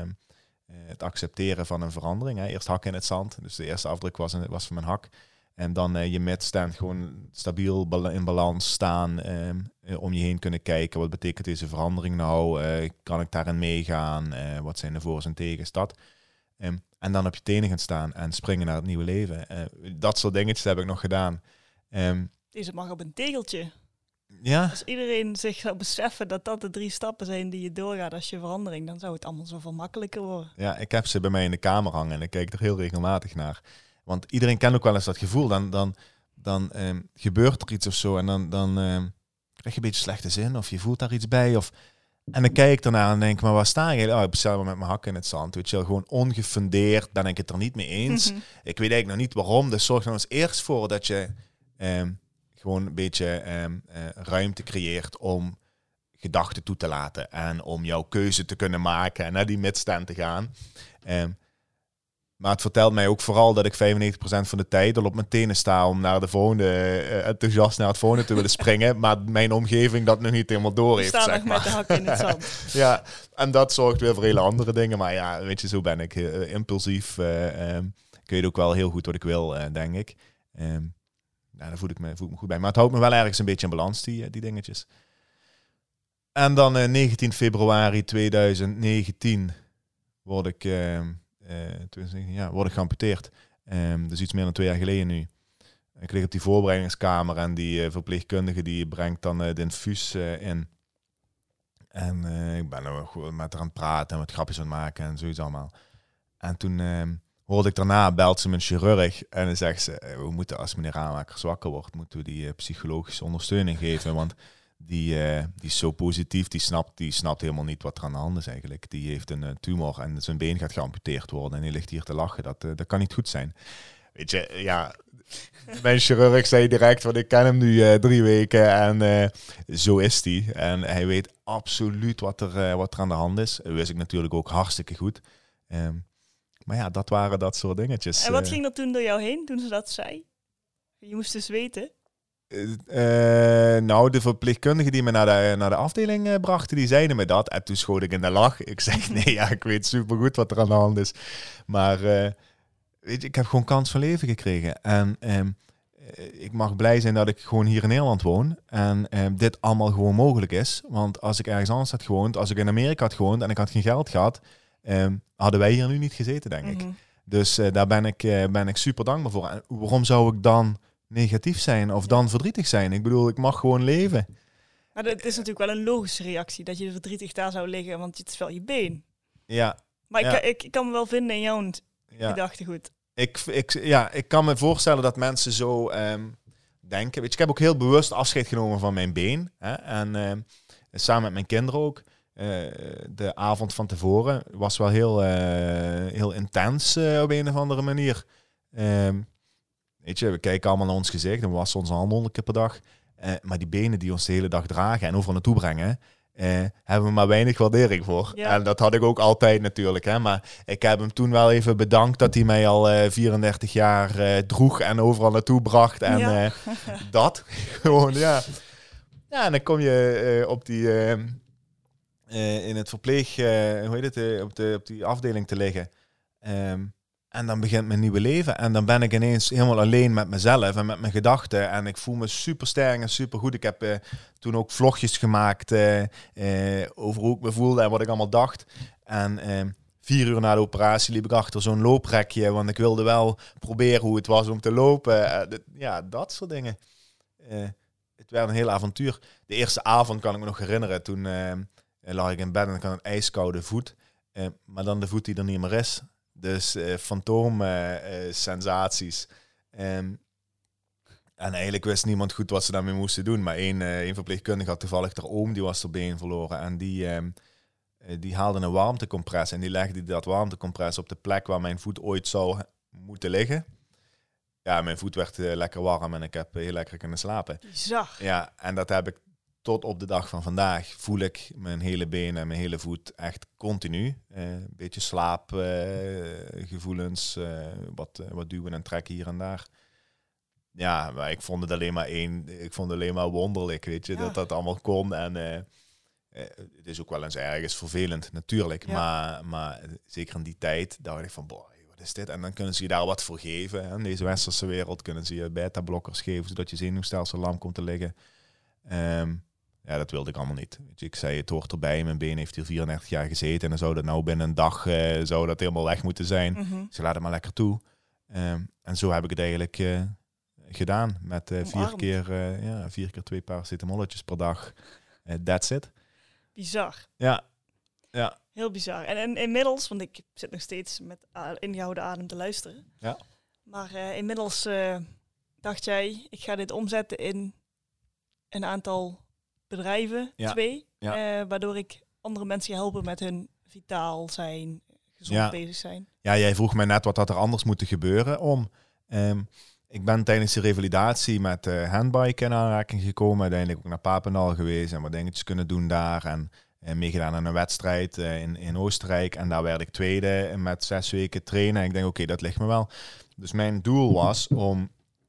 het accepteren van een verandering. Hè. Eerst hakken in het zand. Dus de eerste afdruk was, was van mijn hak. En dan uh, je midstand gewoon stabiel in balans staan. Um, uh, om je heen kunnen kijken. Wat betekent deze verandering nou? Uh, kan ik daarin meegaan? Uh, wat zijn de voor's en tegens? Dat. Um, en dan op je tenen gaan staan en springen naar het nieuwe leven. Uh, dat soort dingetjes heb ik nog gedaan. Um, deze mag op een tegeltje. Ja. Als iedereen zich zou beseffen dat dat de drie stappen zijn die je doorgaat als je verandering, dan zou het allemaal zoveel makkelijker worden. Ja, ik heb ze bij mij in de kamer hangen en ik kijk er heel regelmatig naar. Want iedereen kent ook wel eens dat gevoel. Dan, dan, dan um, gebeurt er iets of zo en dan, dan um, krijg je een beetje slechte zin of je voelt daar iets bij. Of... En dan kijk ik ernaar en denk maar waar sta je? Oh, ik bestel me met mijn hakken in het zand. Weet je wel, gewoon ongefundeerd. Dan ben ik het er niet mee eens. Mm-hmm. Ik weet eigenlijk nog niet waarom. Dus zorg er nou eens eerst voor dat je um, gewoon een beetje um, uh, ruimte creëert om gedachten toe te laten. En om jouw keuze te kunnen maken en naar die midstand te gaan. Um, Maar het vertelt mij ook vooral dat ik vijfennegentig procent van de tijd al op mijn tenen sta om naar de volgende, uh, enthousiast naar het volgende te willen springen. Maar mijn omgeving dat nog niet helemaal door heeft. Ik sta zeg nog maar. met de hak in het zand. Ja, en dat zorgt weer voor hele andere dingen. Maar ja, weet je, zo ben ik uh, impulsief. Uh, um, ik weet ook wel heel goed wat ik wil, uh, denk ik. Um, nou, daar voel ik, me, voel ik me goed bij. Maar het houdt me wel ergens een beetje in balans, die, die dingetjes. En dan uh, negentien februari tweeduizend negentien word ik... Uh, Uh, twintig, ja, word ik geamputeerd. Um, dus iets meer dan twee jaar geleden nu. Ik lig op die voorbereidingskamer en die uh, verpleegkundige die brengt dan uh, de infuus uh, in. En uh, ik ben er gewoon met haar aan het praten en wat grapjes aan het maken en zoiets allemaal. En toen uh, hoorde ik daarna, belt ze mijn chirurg en dan zegt ze, we moeten als meneer Aanmaker zwakker wordt, moeten we die uh, psychologische ondersteuning geven, want Die, uh, die is zo positief, die snapt, die snapt helemaal niet wat er aan de hand is eigenlijk. Die heeft een uh, tumor en zijn been gaat geamputeerd worden en die ligt hier te lachen. Dat, uh, dat kan niet goed zijn. Weet je, ja, mijn chirurg zei direct, want ik ken hem nu uh, drie weken en uh, zo is die. En hij weet absoluut wat er, uh, wat er aan de hand is. Dat wist ik natuurlijk ook hartstikke goed. Um, maar ja, dat waren dat soort dingetjes. En wat uh, ging er toen door jou heen, toen ze dat zei? Je moest dus weten... Uh, nou, de verpleegkundige die me naar de, naar de afdeling uh, brachten, die zeiden me dat. En toen schoot ik in de lach. Ik zeg, nee, ja, ik weet supergoed wat er aan de hand is. Maar uh, weet je, ik heb gewoon kans van leven gekregen. En um, ik mag blij zijn dat ik gewoon hier in Nederland woon. En um, dit allemaal gewoon mogelijk is. Want als ik ergens anders had gewoond, als ik in Amerika had gewoond en ik had geen geld gehad, um, hadden wij hier nu niet gezeten, denk ik. Mm-hmm. Dus uh, daar ben ik, uh, ben ik super dankbaar voor. En waarom zou ik dan negatief zijn of Ja. dan verdrietig zijn. Ik bedoel, ik mag gewoon leven. Maar het is natuurlijk wel een logische reactie dat je verdrietig daar zou liggen, want het is wel je been. Ja, Maar Ja. ik, kan- ik, ik kan me wel vinden in jouw ja. gedachtegoed. Ik, ik, ja, ik kan me voorstellen dat mensen zo ehm, denken. Weet je, ik heb ook heel bewust afscheid genomen van mijn been. Hè? En ehm, samen met mijn kinderen ook. Uh, de avond van tevoren was wel heel, uh, heel intens uh, op een of andere manier. Um, weet je, we kijken allemaal naar ons gezicht en we wassen onze handen honderd keer per dag. Uh, maar die benen die ons de hele dag dragen en overal naartoe brengen, uh, hebben we maar weinig waardering voor. Ja. En dat had ik ook altijd natuurlijk. Hè? Maar ik heb hem toen wel even bedankt dat hij mij al uh, vierendertig jaar uh, droeg en overal naartoe bracht. En ja. uh, dat gewoon, ja. Ja, en dan kom je uh, op die... Uh, Uh, in het verpleeg, uh, hoe heet het, uh, op, de, op die afdeling te liggen. Um, en dan begint mijn nieuwe leven. En dan ben ik ineens helemaal alleen met mezelf en met mijn gedachten. En ik voel me super sterk en super goed. Ik heb uh, toen ook vlogjes gemaakt uh, uh, over hoe ik me voelde en wat ik allemaal dacht. En uh, vier uur na de operatie liep ik achter zo'n looprekje. Want ik wilde wel proberen hoe het was om te lopen. Uh, d- ja, dat soort dingen. Uh, het werd een heel avontuur. De eerste avond kan ik me nog herinneren. Toen... Uh, Uh, lag ik in bed en ik had een ijskoude voet. Uh, maar dan de voet die er niet meer is. Dus uh, fantoom uh, uh, sensaties. Um, en eigenlijk wist niemand goed wat ze daarmee moesten doen. Maar één, uh, één verpleegkundige had toevallig haar oom, die was haar been verloren. En die, um, uh, die haalde een warmtecompress. En die legde dat warmtecompress op de plek waar mijn voet ooit zou moeten liggen. Ja, mijn voet werd uh, lekker warm en ik heb uh, heel lekker kunnen slapen. Zag. Ja, en dat heb ik tot op de dag van vandaag. Voel ik mijn hele been en mijn hele voet echt continu. Uh, een beetje slaapgevoelens, uh, uh, wat, uh, wat duwen en trekken hier en daar. Ja, maar ik vond het alleen maar één. Ik vond het alleen maar wonderlijk, weet je, ja. dat dat allemaal kon. En uh, uh, het is ook wel eens ergens vervelend, natuurlijk. Ja. Maar, maar zeker in die tijd dacht ik van, boah, wat is dit? En dan kunnen ze je daar wat voor geven. Hè? In deze westerse wereld kunnen ze je beta-blokkers geven, zodat je zenuwstelsel lam komt te liggen. Um, ja, dat wilde ik allemaal niet. Weet je, ik zei, het hoort erbij. Mijn been heeft hier vierendertig jaar gezeten. En dan zou dat nou binnen een dag uh, zou dat helemaal weg moeten zijn. Mm-hmm. Ze laten het maar lekker toe. Um, en zo heb ik het eigenlijk uh, gedaan. Met uh, vier, keer, uh, ja, vier keer twee paracetamolletjes per dag. Uh, that's it. Bizar. Ja. ja. Heel bizar. En, en inmiddels, want ik zit nog steeds met a- ingehouden adem te luisteren. Ja. Maar uh, inmiddels uh, dacht jij, ik ga dit omzetten in een aantal bedrijven, ja. twee, ja. Uh, waardoor ik andere mensen helpen met hun vitaal zijn, gezond ja. bezig zijn. Ja, jij vroeg mij net wat had er anders moeten gebeuren om. Um, ik ben tijdens de revalidatie met uh, handbike in aanraking gekomen, uiteindelijk ook naar Papendal geweest en wat dingetjes kunnen doen daar en uh, meegedaan aan een wedstrijd uh, in, in Oostenrijk en daar werd ik tweede met zes weken trainen en ik denk oké, okay, dat ligt me wel. Dus mijn doel was om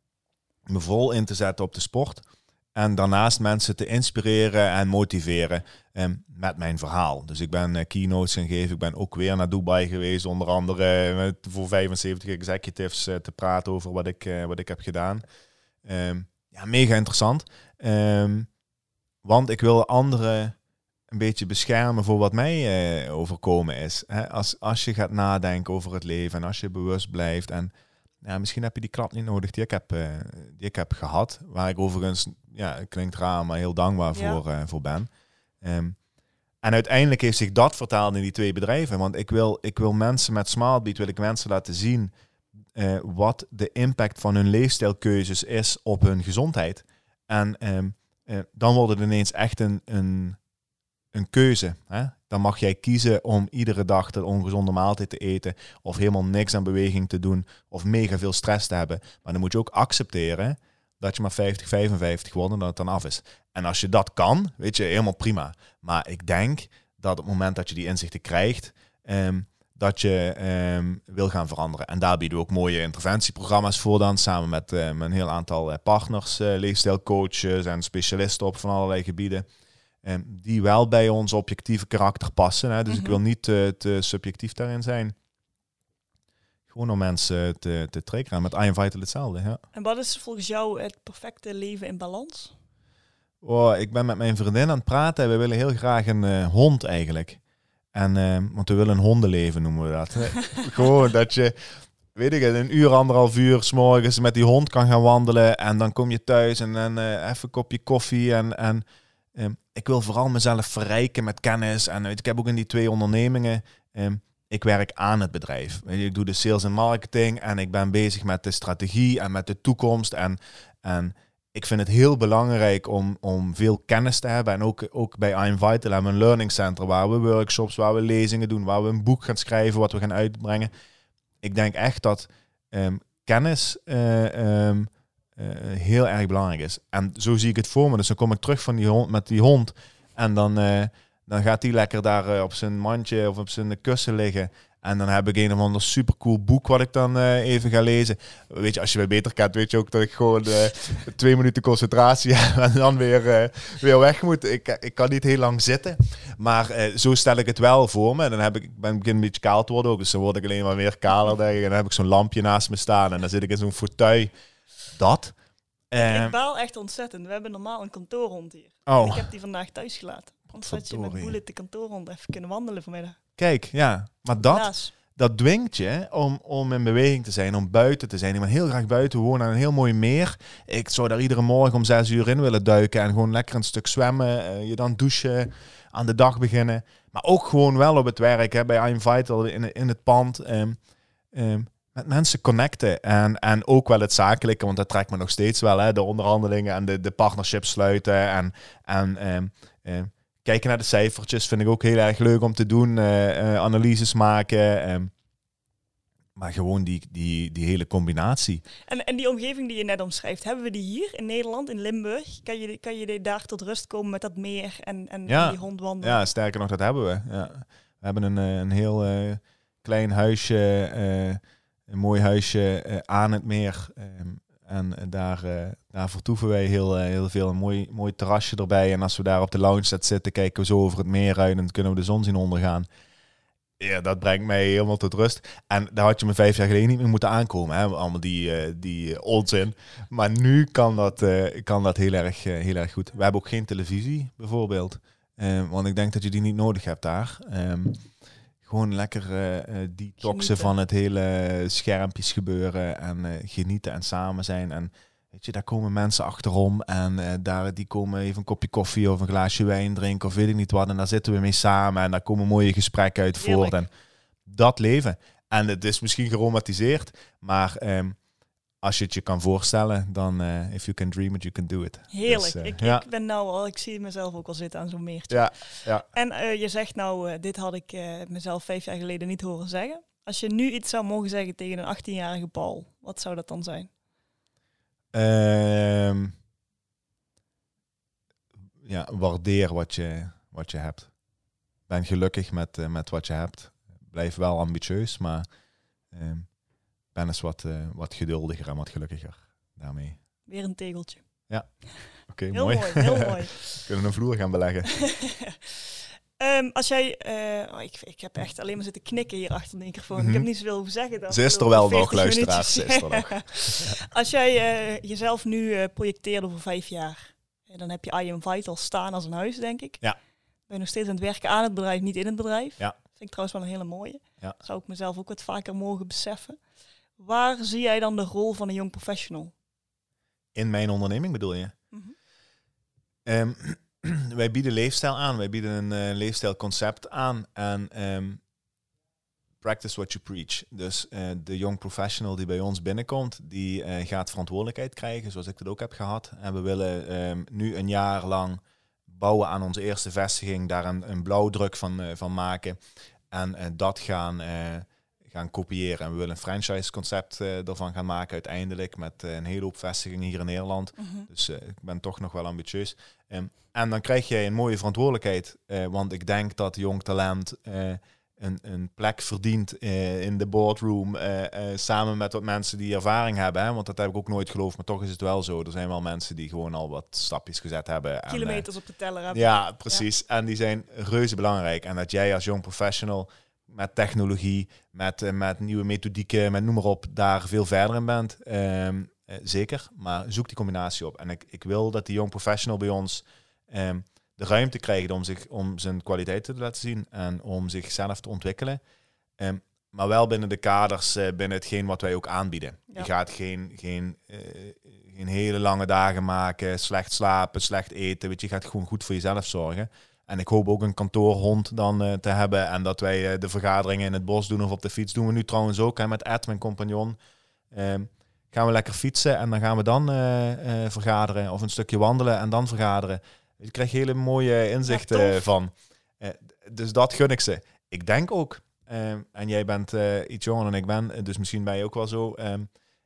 me vol in te zetten op de sport. En daarnaast mensen te inspireren en motiveren um, met mijn verhaal. Dus ik ben uh, keynotes gaan geven. Ik ben ook weer naar Dubai geweest. Onder andere uh, met, voor vijfenzeventig executives uh, te praten over wat ik, uh, wat ik heb gedaan. Um, ja, mega interessant. Um, want ik wil anderen een beetje beschermen voor wat mij uh, overkomen is. Hè? Als, als je gaat nadenken over het leven en als je bewust blijft en... Ja, misschien heb je die klap niet nodig die ik heb, uh, die ik heb gehad. Waar ik overigens, ja, het klinkt raar, maar heel dankbaar ja. voor, uh, voor ben. Um, en uiteindelijk heeft zich dat vertaald in die twee bedrijven. Want ik wil, ik wil mensen met Smartbeat, wil ik mensen laten zien uh, wat de impact van hun leefstijlkeuzes is op hun gezondheid. En um, uh, dan wordt het ineens echt een, een, een keuze. Hè? Dan mag jij kiezen om iedere dag de ongezonde maaltijd te eten of helemaal niks aan beweging te doen of mega veel stress te hebben. Maar dan moet je ook accepteren dat je maar vijftig, vijfenvijftig wordt en dat het dan af is. En als je dat kan, weet je, helemaal prima. Maar ik denk dat op het moment dat je die inzichten krijgt, um, dat je um, wil gaan veranderen. En daar bieden we ook mooie interventieprogramma's voor dan, samen met, uh, met een heel aantal uh, partners, uh, leefstijlcoaches en specialisten op van allerlei gebieden. Um, die wel bij ons objectieve karakter passen. Hè? Dus mm-hmm. ik wil niet te, te subjectief daarin zijn. Gewoon om mensen te, te triggeren. Met I Am Vital hetzelfde. Ja. En wat is volgens jou het perfecte leven in balans? Oh, ik ben met mijn vriendin aan het praten. We willen heel graag een uh, hond eigenlijk. En, uh, want we willen een hondenleven, noemen we dat. Gewoon dat je... weet ik het, een uur, anderhalf uur 's morgens met die hond kan gaan wandelen. En dan kom je thuis en dan uh, even een kopje koffie. En, en um, ik wil vooral mezelf verrijken met kennis. En uh, ik heb ook in die twee ondernemingen... Um, ik werk aan het bedrijf. Ik doe de sales en marketing en ik ben bezig met de strategie en met de toekomst. En, en ik vind het heel belangrijk om, om veel kennis te hebben. En ook, ook bij I'm Vital hebben we een learning center waar we workshops, waar we lezingen doen, waar we een boek gaan schrijven, wat we gaan uitbrengen. Ik denk echt dat um, kennis uh, um, uh, heel erg belangrijk is. En zo zie ik het voor me. Dus dan kom ik terug van die hond, met die hond en dan... Uh, Dan gaat hij lekker daar uh, op zijn mandje of op zijn kussen liggen. En dan heb ik een of ander supercool boek wat ik dan uh, even ga lezen. Weet je, als je mij beter kent, weet je ook dat ik gewoon uh, twee minuten concentratie heb en dan weer, uh, weer weg moet. Ik, ik kan niet heel lang zitten. Maar uh, zo stel ik het wel voor me. En dan heb ik, ik ben begin een beetje kaal te worden ook. Dus dan word ik alleen maar meer kaler. Denk ik. En dan heb ik zo'n lampje naast me staan. En dan zit ik in zo'n fauteuil. Dat. Uh, ik baal echt ontzettend. We hebben normaal een kantoorhond hier. Oh. Ik heb die vandaag thuis gelaten. Anders had je met Boelet de kantoorhond even kunnen wandelen vanmiddag. Kijk, ja. Maar dat, dat dwingt je om, om in beweging te zijn, om buiten te zijn. Ik ben heel graag buiten. We wonen aan een heel mooi meer. Ik zou daar iedere morgen om zes uur in willen duiken en gewoon lekker een stuk zwemmen. Uh, je dan douchen, aan de dag beginnen. Maar ook gewoon wel op het werk, hè, bij I'm Vital, in, in het pand. Um, um, met mensen connecten. En, en ook wel het zakelijke, want dat trekt me nog steeds wel. Hè, de onderhandelingen en de, de partnerships sluiten. En... en um, um, Kijken naar de cijfertjes vind ik ook heel erg leuk om te doen. Uh, uh, analyses maken. Um, maar gewoon die, die, die hele combinatie. En, en die omgeving die je net omschrijft, hebben we die hier in Nederland, in Limburg? Kan je, kan je daar tot rust komen met dat meer en, en, ja. en die hond wandelen? Ja, sterker nog, dat hebben we. Ja. We hebben een, een heel uh, klein huisje, uh, een mooi huisje uh, aan het meer. Um, En daar, uh, daar vertoeven wij heel, uh, heel veel. Een mooi, mooi terrasje erbij. En als we daar op de lounge set zitten, kijken we zo over het meer uit. En dan kunnen we de zon zien ondergaan. Ja, dat brengt mij helemaal tot rust. En daar had je me vijf jaar geleden niet meer moeten aankomen. Hè? Allemaal die, uh, die onzin. Maar nu kan dat, uh, kan dat heel, erg, uh, heel erg goed. We hebben ook geen televisie, bijvoorbeeld. Uh, want ik denk dat je die niet nodig hebt daar. Um, Gewoon lekker uh, uh, detoxen genieten van het hele schermpjes gebeuren en uh, genieten en samen zijn. En weet je, daar komen mensen achterom en uh, daar die komen even een kopje koffie of een glaasje wijn drinken of weet ik niet wat. En daar zitten we mee samen en daar komen mooie gesprekken uit voort. En dat leven. En het is misschien geromantiseerd, maar um, als je het je kan voorstellen, dan uh, if you can dream it, you can do it. Heerlijk. Dus, uh, ik, ja. ik ben nou al, ik zie mezelf ook al zitten aan zo'n meertje. Ja, ja. En uh, je zegt nou, uh, dit had ik uh, mezelf vijf jaar geleden niet horen zeggen. Als je nu iets zou mogen zeggen tegen een achttienjarige Paul, wat zou dat dan zijn? Um, ja, waardeer wat je, wat je hebt. Ben gelukkig met, uh, met wat je hebt. Blijf wel ambitieus, maar um, ben eens wat, uh, wat geduldiger en wat gelukkiger daarmee. Weer een tegeltje. Ja, oké, okay, mooi. mooi. Heel mooi. We kunnen een vloer gaan beleggen. um, als jij, uh, oh, ik, ik heb echt alleen maar zitten knikken hier achter de microfoon. Mm-hmm. Ik heb niet zoveel over zeggen. Dan ze is er wel nog, luisteraars. Ze is er nog. Als jij uh, jezelf nu uh, projecteert over vijf jaar, dan heb je I Am Vital staan als een huis, denk ik. Ja. Ben je nog steeds aan het werken aan het bedrijf, niet in het bedrijf. Ja. Vind ik trouwens wel een hele mooie. Ja. Zou ik mezelf ook wat vaker mogen beseffen. Waar zie jij dan de rol van een young professional? In mijn onderneming bedoel je? Mm-hmm. Um, wij bieden leefstijl aan. Wij bieden een uh, leefstijlconcept aan. En um, practice what you preach. Dus uh, de young professional die bij ons binnenkomt, die uh, gaat verantwoordelijkheid krijgen, zoals ik dat ook heb gehad. En we willen um, nu een jaar lang bouwen aan onze eerste vestiging, daar een, een blauwdruk van, uh, van maken. En uh, dat gaan... Uh, gaan kopiëren. En we willen een franchise-concept uh, ervan gaan maken uiteindelijk met uh, een hele hoop vestigingen hier in Nederland. Mm-hmm. Dus uh, ik ben toch nog wel ambitieus. Um, en dan krijg je een mooie verantwoordelijkheid, uh, want ik denk dat jong talent uh, een, een plek verdient uh, in de boardroom, uh, uh, samen met wat mensen die ervaring hebben. Hè? Want dat heb ik ook nooit geloofd, maar toch is het wel zo. Er zijn wel mensen die gewoon al wat stapjes gezet hebben. Kilometers en, uh, op de teller hebben. Ja, precies. Ja. En die zijn reuze belangrijk. En dat jij als jong professional met technologie, met, uh, met nieuwe methodieken, met noem maar op, daar veel verder in bent. Um, uh, zeker, maar zoek die combinatie op. En ik, ik wil dat die young professional bij ons um, de ruimte krijgt om, zich, om zijn kwaliteiten te laten zien en om zichzelf te ontwikkelen. Um, maar wel binnen de kaders, uh, binnen hetgeen wat wij ook aanbieden. Ja. Je gaat geen, geen, uh, geen hele lange dagen maken, slecht slapen, slecht eten. Weet je, je gaat gewoon goed voor jezelf zorgen. En ik hoop ook een kantoorhond dan uh, te hebben. En dat wij uh, de vergaderingen in het bos doen of op de fiets. Doen we nu trouwens ook. En met Ed, mijn compagnon, uh, gaan we lekker fietsen. En dan gaan we dan uh, uh, vergaderen. Of een stukje wandelen en dan vergaderen. Je krijgt hele mooie inzichten ja, van. Uh, dus dat gun ik ze. Ik denk ook, uh, en jij bent uh, iets jonger dan ik ben. Dus misschien ben je ook wel zo. Uh,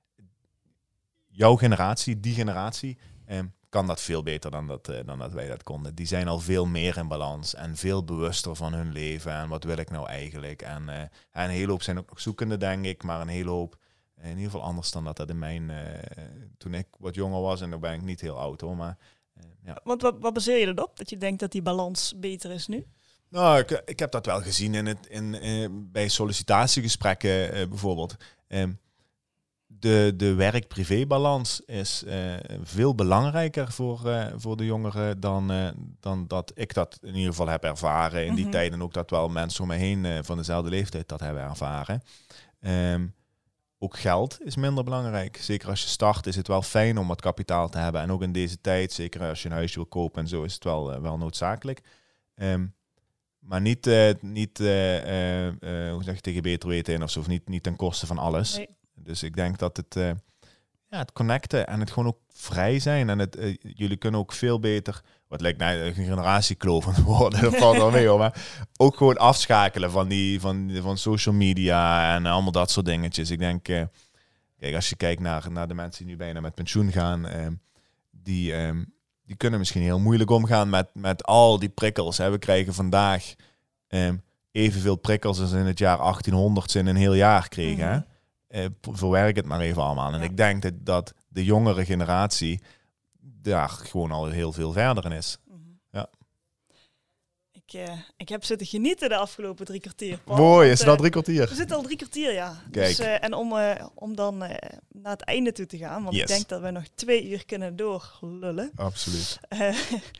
jouw generatie, die generatie... Uh, kan dat veel beter dan dat, uh, dan dat wij dat konden. Die zijn al veel meer in balans en veel bewuster van hun leven en wat wil ik nou eigenlijk. En, uh, en een hele hoop zijn ook nog zoekende, denk ik, maar een hele hoop uh, in ieder geval anders dan dat dat in mijn... Uh, toen ik wat jonger was, en dan ben ik niet heel oud hoor, maar... Uh, ja. Want wat, wat baseer je erop, dat je denkt dat die balans beter is nu? Nou, ik, ik heb dat wel gezien in het, in, uh, bij sollicitatiegesprekken uh, bijvoorbeeld. Um, De, de werk-privé-balans is uh, veel belangrijker voor, uh, voor de jongeren dan, uh, dan dat ik dat in ieder geval heb ervaren in die mm-hmm. tijd. En ook dat wel mensen om me heen uh, van dezelfde leeftijd dat hebben ervaren. Um, ook geld is minder belangrijk. Zeker als je start is het wel fijn om wat kapitaal te hebben. En ook in deze tijd, zeker als je een huisje wil kopen en zo, is het wel, uh, wel noodzakelijk. Um, maar niet, uh, niet uh, uh, uh, hoe zeg je, tegen beter weten in of zo, of niet, niet ten koste van alles. Nee. Dus ik denk dat het, uh, ja, het connecten en het gewoon ook vrij zijn. En het, uh, jullie kunnen ook veel beter, wat lijkt nou een generatiekloof aan het worden, dat valt wel mee hoor, maar ook gewoon afschakelen van, die, van, van social media en allemaal dat soort dingetjes. Ik denk, uh, kijk, als je kijkt naar, naar de mensen die nu bijna met pensioen gaan, uh, die, uh, die kunnen misschien heel moeilijk omgaan met, met al die prikkels. Hè. We krijgen vandaag uh, evenveel prikkels als in het jaar achttienhonderd ze in een heel jaar kregen, mm-hmm. hè. Uh, verwerk het maar even allemaal. En ja. ik denk dat, dat de jongere generatie daar gewoon al heel veel verder in is. Mm-hmm. Ja. Ik, uh, ik heb zitten genieten de afgelopen drie kwartier. Paul. Mooi, is het uh, al drie kwartier? We zitten al drie kwartier, ja. Kijk. Dus, uh, en om, uh, om dan uh, naar het einde toe te gaan, want yes. ik denk dat we nog twee uur kunnen doorlullen. Absoluut. Uh,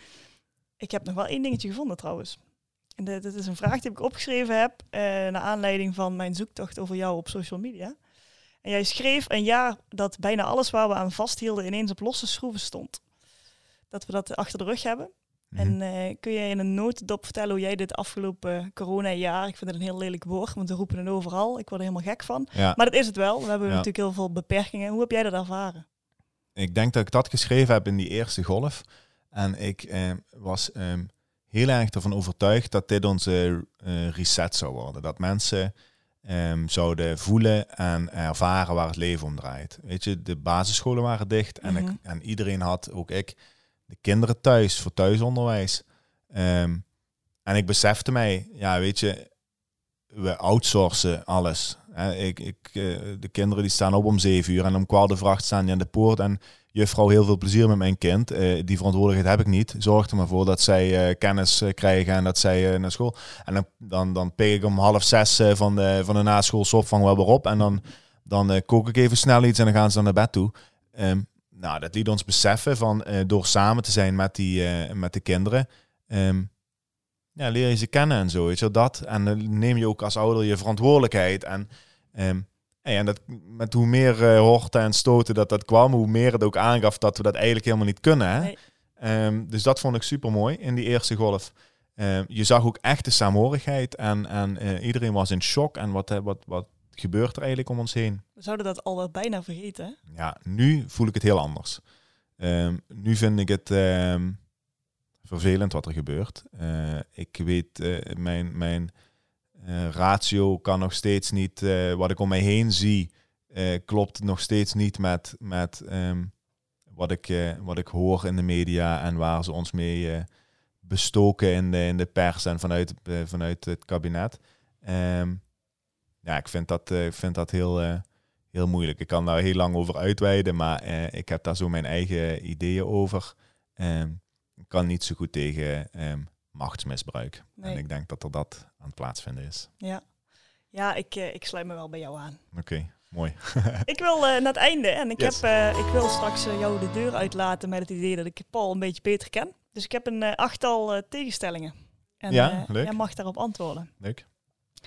ik heb nog wel één dingetje gevonden trouwens. En dit, dit is een vraag die ik opgeschreven heb uh, naar aanleiding van mijn zoektocht over jou op social media. En jij schreef een jaar dat bijna alles waar we aan vasthielden ineens op losse schroeven stond. Dat we dat achter de rug hebben. Mm-hmm. En uh, kun je in een notendop vertellen hoe jij dit afgelopen corona-jaar... Ik vind het een heel lelijk woord, want we roepen het overal. Ik word er helemaal gek van. Ja. Maar dat is het wel. We hebben ja. natuurlijk heel veel beperkingen. Hoe heb jij dat ervaren? Ik denk dat ik dat geschreven heb in die eerste golf. En ik uh, was um, heel erg ervan overtuigd dat dit onze uh, reset zou worden. Dat mensen... Um, zouden voelen en ervaren waar het leven om draait. Weet je, de basisscholen waren dicht en, mm-hmm. ik, en iedereen had, ook ik, de kinderen thuis voor thuisonderwijs. Um, en ik besefte mij, ja, weet je, we outsourcen alles. He, ik, ik, uh, de kinderen die staan op om zeven uur en om kwart over acht staan die aan de poort en juffrouw, heel veel plezier met mijn kind. Uh, die verantwoordelijkheid heb ik niet. Zorg er maar voor dat zij uh, kennis uh, krijgen en dat zij uh, naar school. En dan, dan, dan pik ik om half zes uh, van de, van de naschoolsopvang wel weer op. En dan, dan uh, kook ik even snel iets en dan gaan ze dan naar bed toe. Um, nou, dat liet ons beseffen van uh, door samen te zijn met, die, uh, met de kinderen. Um, ja, leer je ze kennen en zo. Weet je, dat. En dan uh, neem je ook als ouder je verantwoordelijkheid. En... Um, En dat met hoe meer uh, horten en stoten dat dat kwam, hoe meer het ook aangaf dat we dat eigenlijk helemaal niet kunnen. Hè? Nee. Um, dus dat vond ik super mooi in die eerste golf. Uh, je zag ook echt de saamhorigheid en, en uh, iedereen was in shock. En wat, uh, wat, wat gebeurt er eigenlijk om ons heen? We zouden dat al wel bijna vergeten. Hè? Ja, nu voel ik het heel anders. Um, nu vind ik het um, vervelend wat er gebeurt. Uh, ik weet, uh, mijn... mijn Uh, ratio kan nog steeds niet, uh, wat ik om mij heen zie, uh, klopt nog steeds niet met, met um, wat, ik, uh, wat ik hoor in de media en waar ze ons mee uh, bestoken in de, in de pers en vanuit, uh, vanuit het kabinet. Um, ja, ik vind dat, uh, vind dat heel, uh, heel moeilijk. Ik kan daar heel lang over uitweiden, maar uh, ik heb daar zo mijn eigen ideeën over. Um, ik kan niet zo goed tegen... Um, machtsmisbruik. Nee. En ik denk dat er dat aan het plaatsvinden is. Ja, ja ik, uh, ik sluit me wel bij jou aan. Oké, okay, mooi. Ik wil uh, naar het einde en ik, yes. heb, uh, ik wil straks uh, jou de deur uitlaten met het idee dat ik Paul een beetje beter ken. Dus ik heb een uh, achttal uh, tegenstellingen. En ja, uh, leuk. jij mag daarop antwoorden. Leuk.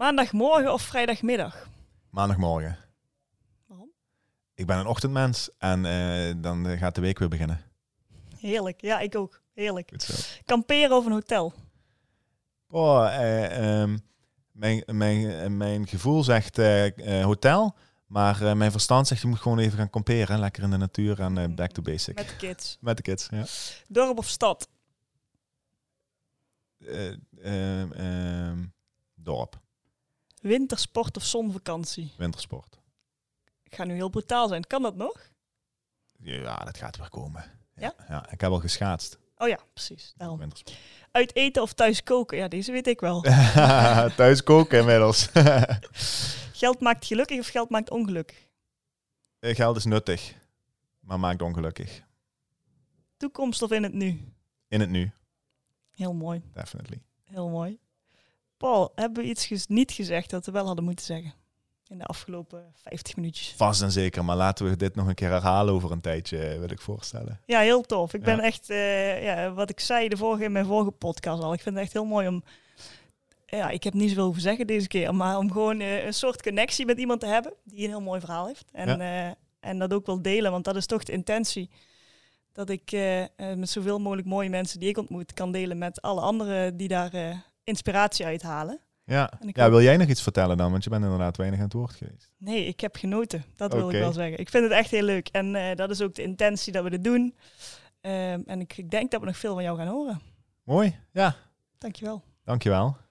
Maandagmorgen of vrijdagmiddag? Maandagmorgen. Waarom? Ik ben een ochtendmens en uh, dan gaat de week weer beginnen. Heerlijk. Ja, ik ook. Heerlijk. Goed zo. Kamperen of een hotel? Oh, uh, um, mijn, mijn, mijn gevoel zegt uh, uh, hotel, maar uh, mijn verstand zegt je moet gewoon even gaan kamperen. Lekker in de natuur en uh, back to basic. Met de kids. Met de kids, ja. Dorp of stad? Uh, uh, uh, dorp. Wintersport of zonvakantie? Wintersport. Ik ga nu heel brutaal zijn. Kan dat nog? Ja, dat gaat weer komen. Ja? Ja, ja, ik heb al geschaatst. Oh ja, precies. Daarom. Wintersport. Uit eten of thuis koken? Ja, deze weet ik wel. Thuis koken inmiddels. Geld maakt gelukkig of geld maakt ongelukkig? Geld is nuttig, maar maakt ongelukkig. Toekomst of in het nu? In het nu. Heel mooi. Definitely. Heel mooi. Paul, hebben we iets ges- niet gezegd dat we wel hadden moeten zeggen? In de afgelopen vijftig minuutjes. Vast en zeker, maar laten we dit nog een keer herhalen over een tijdje, wil ik voorstellen. Ja, heel tof. Ik ben Ja. echt, uh, ja, wat ik zei de vorige, in mijn vorige podcast al. Ik vind het echt heel mooi om, ja, ik heb niet zoveel over zeggen deze keer, maar om gewoon uh, een soort connectie met iemand te hebben die een heel mooi verhaal heeft. En, ja. uh, en dat ook wil delen, want dat is toch de intentie. Dat ik uh, uh, met zoveel mogelijk mooie mensen die ik ontmoet kan delen met alle anderen die daar uh, inspiratie uithalen. Ja. ja, wil jij nog iets vertellen dan? Want je bent inderdaad weinig aan het woord geweest. Nee, ik heb genoten. Dat wil okay. ik wel zeggen. Ik vind het echt heel leuk. En uh, dat is ook de intentie dat we dit doen. Um, en ik, ik denk dat we nog veel van jou gaan horen. Mooi, ja. Dankjewel. Dankjewel.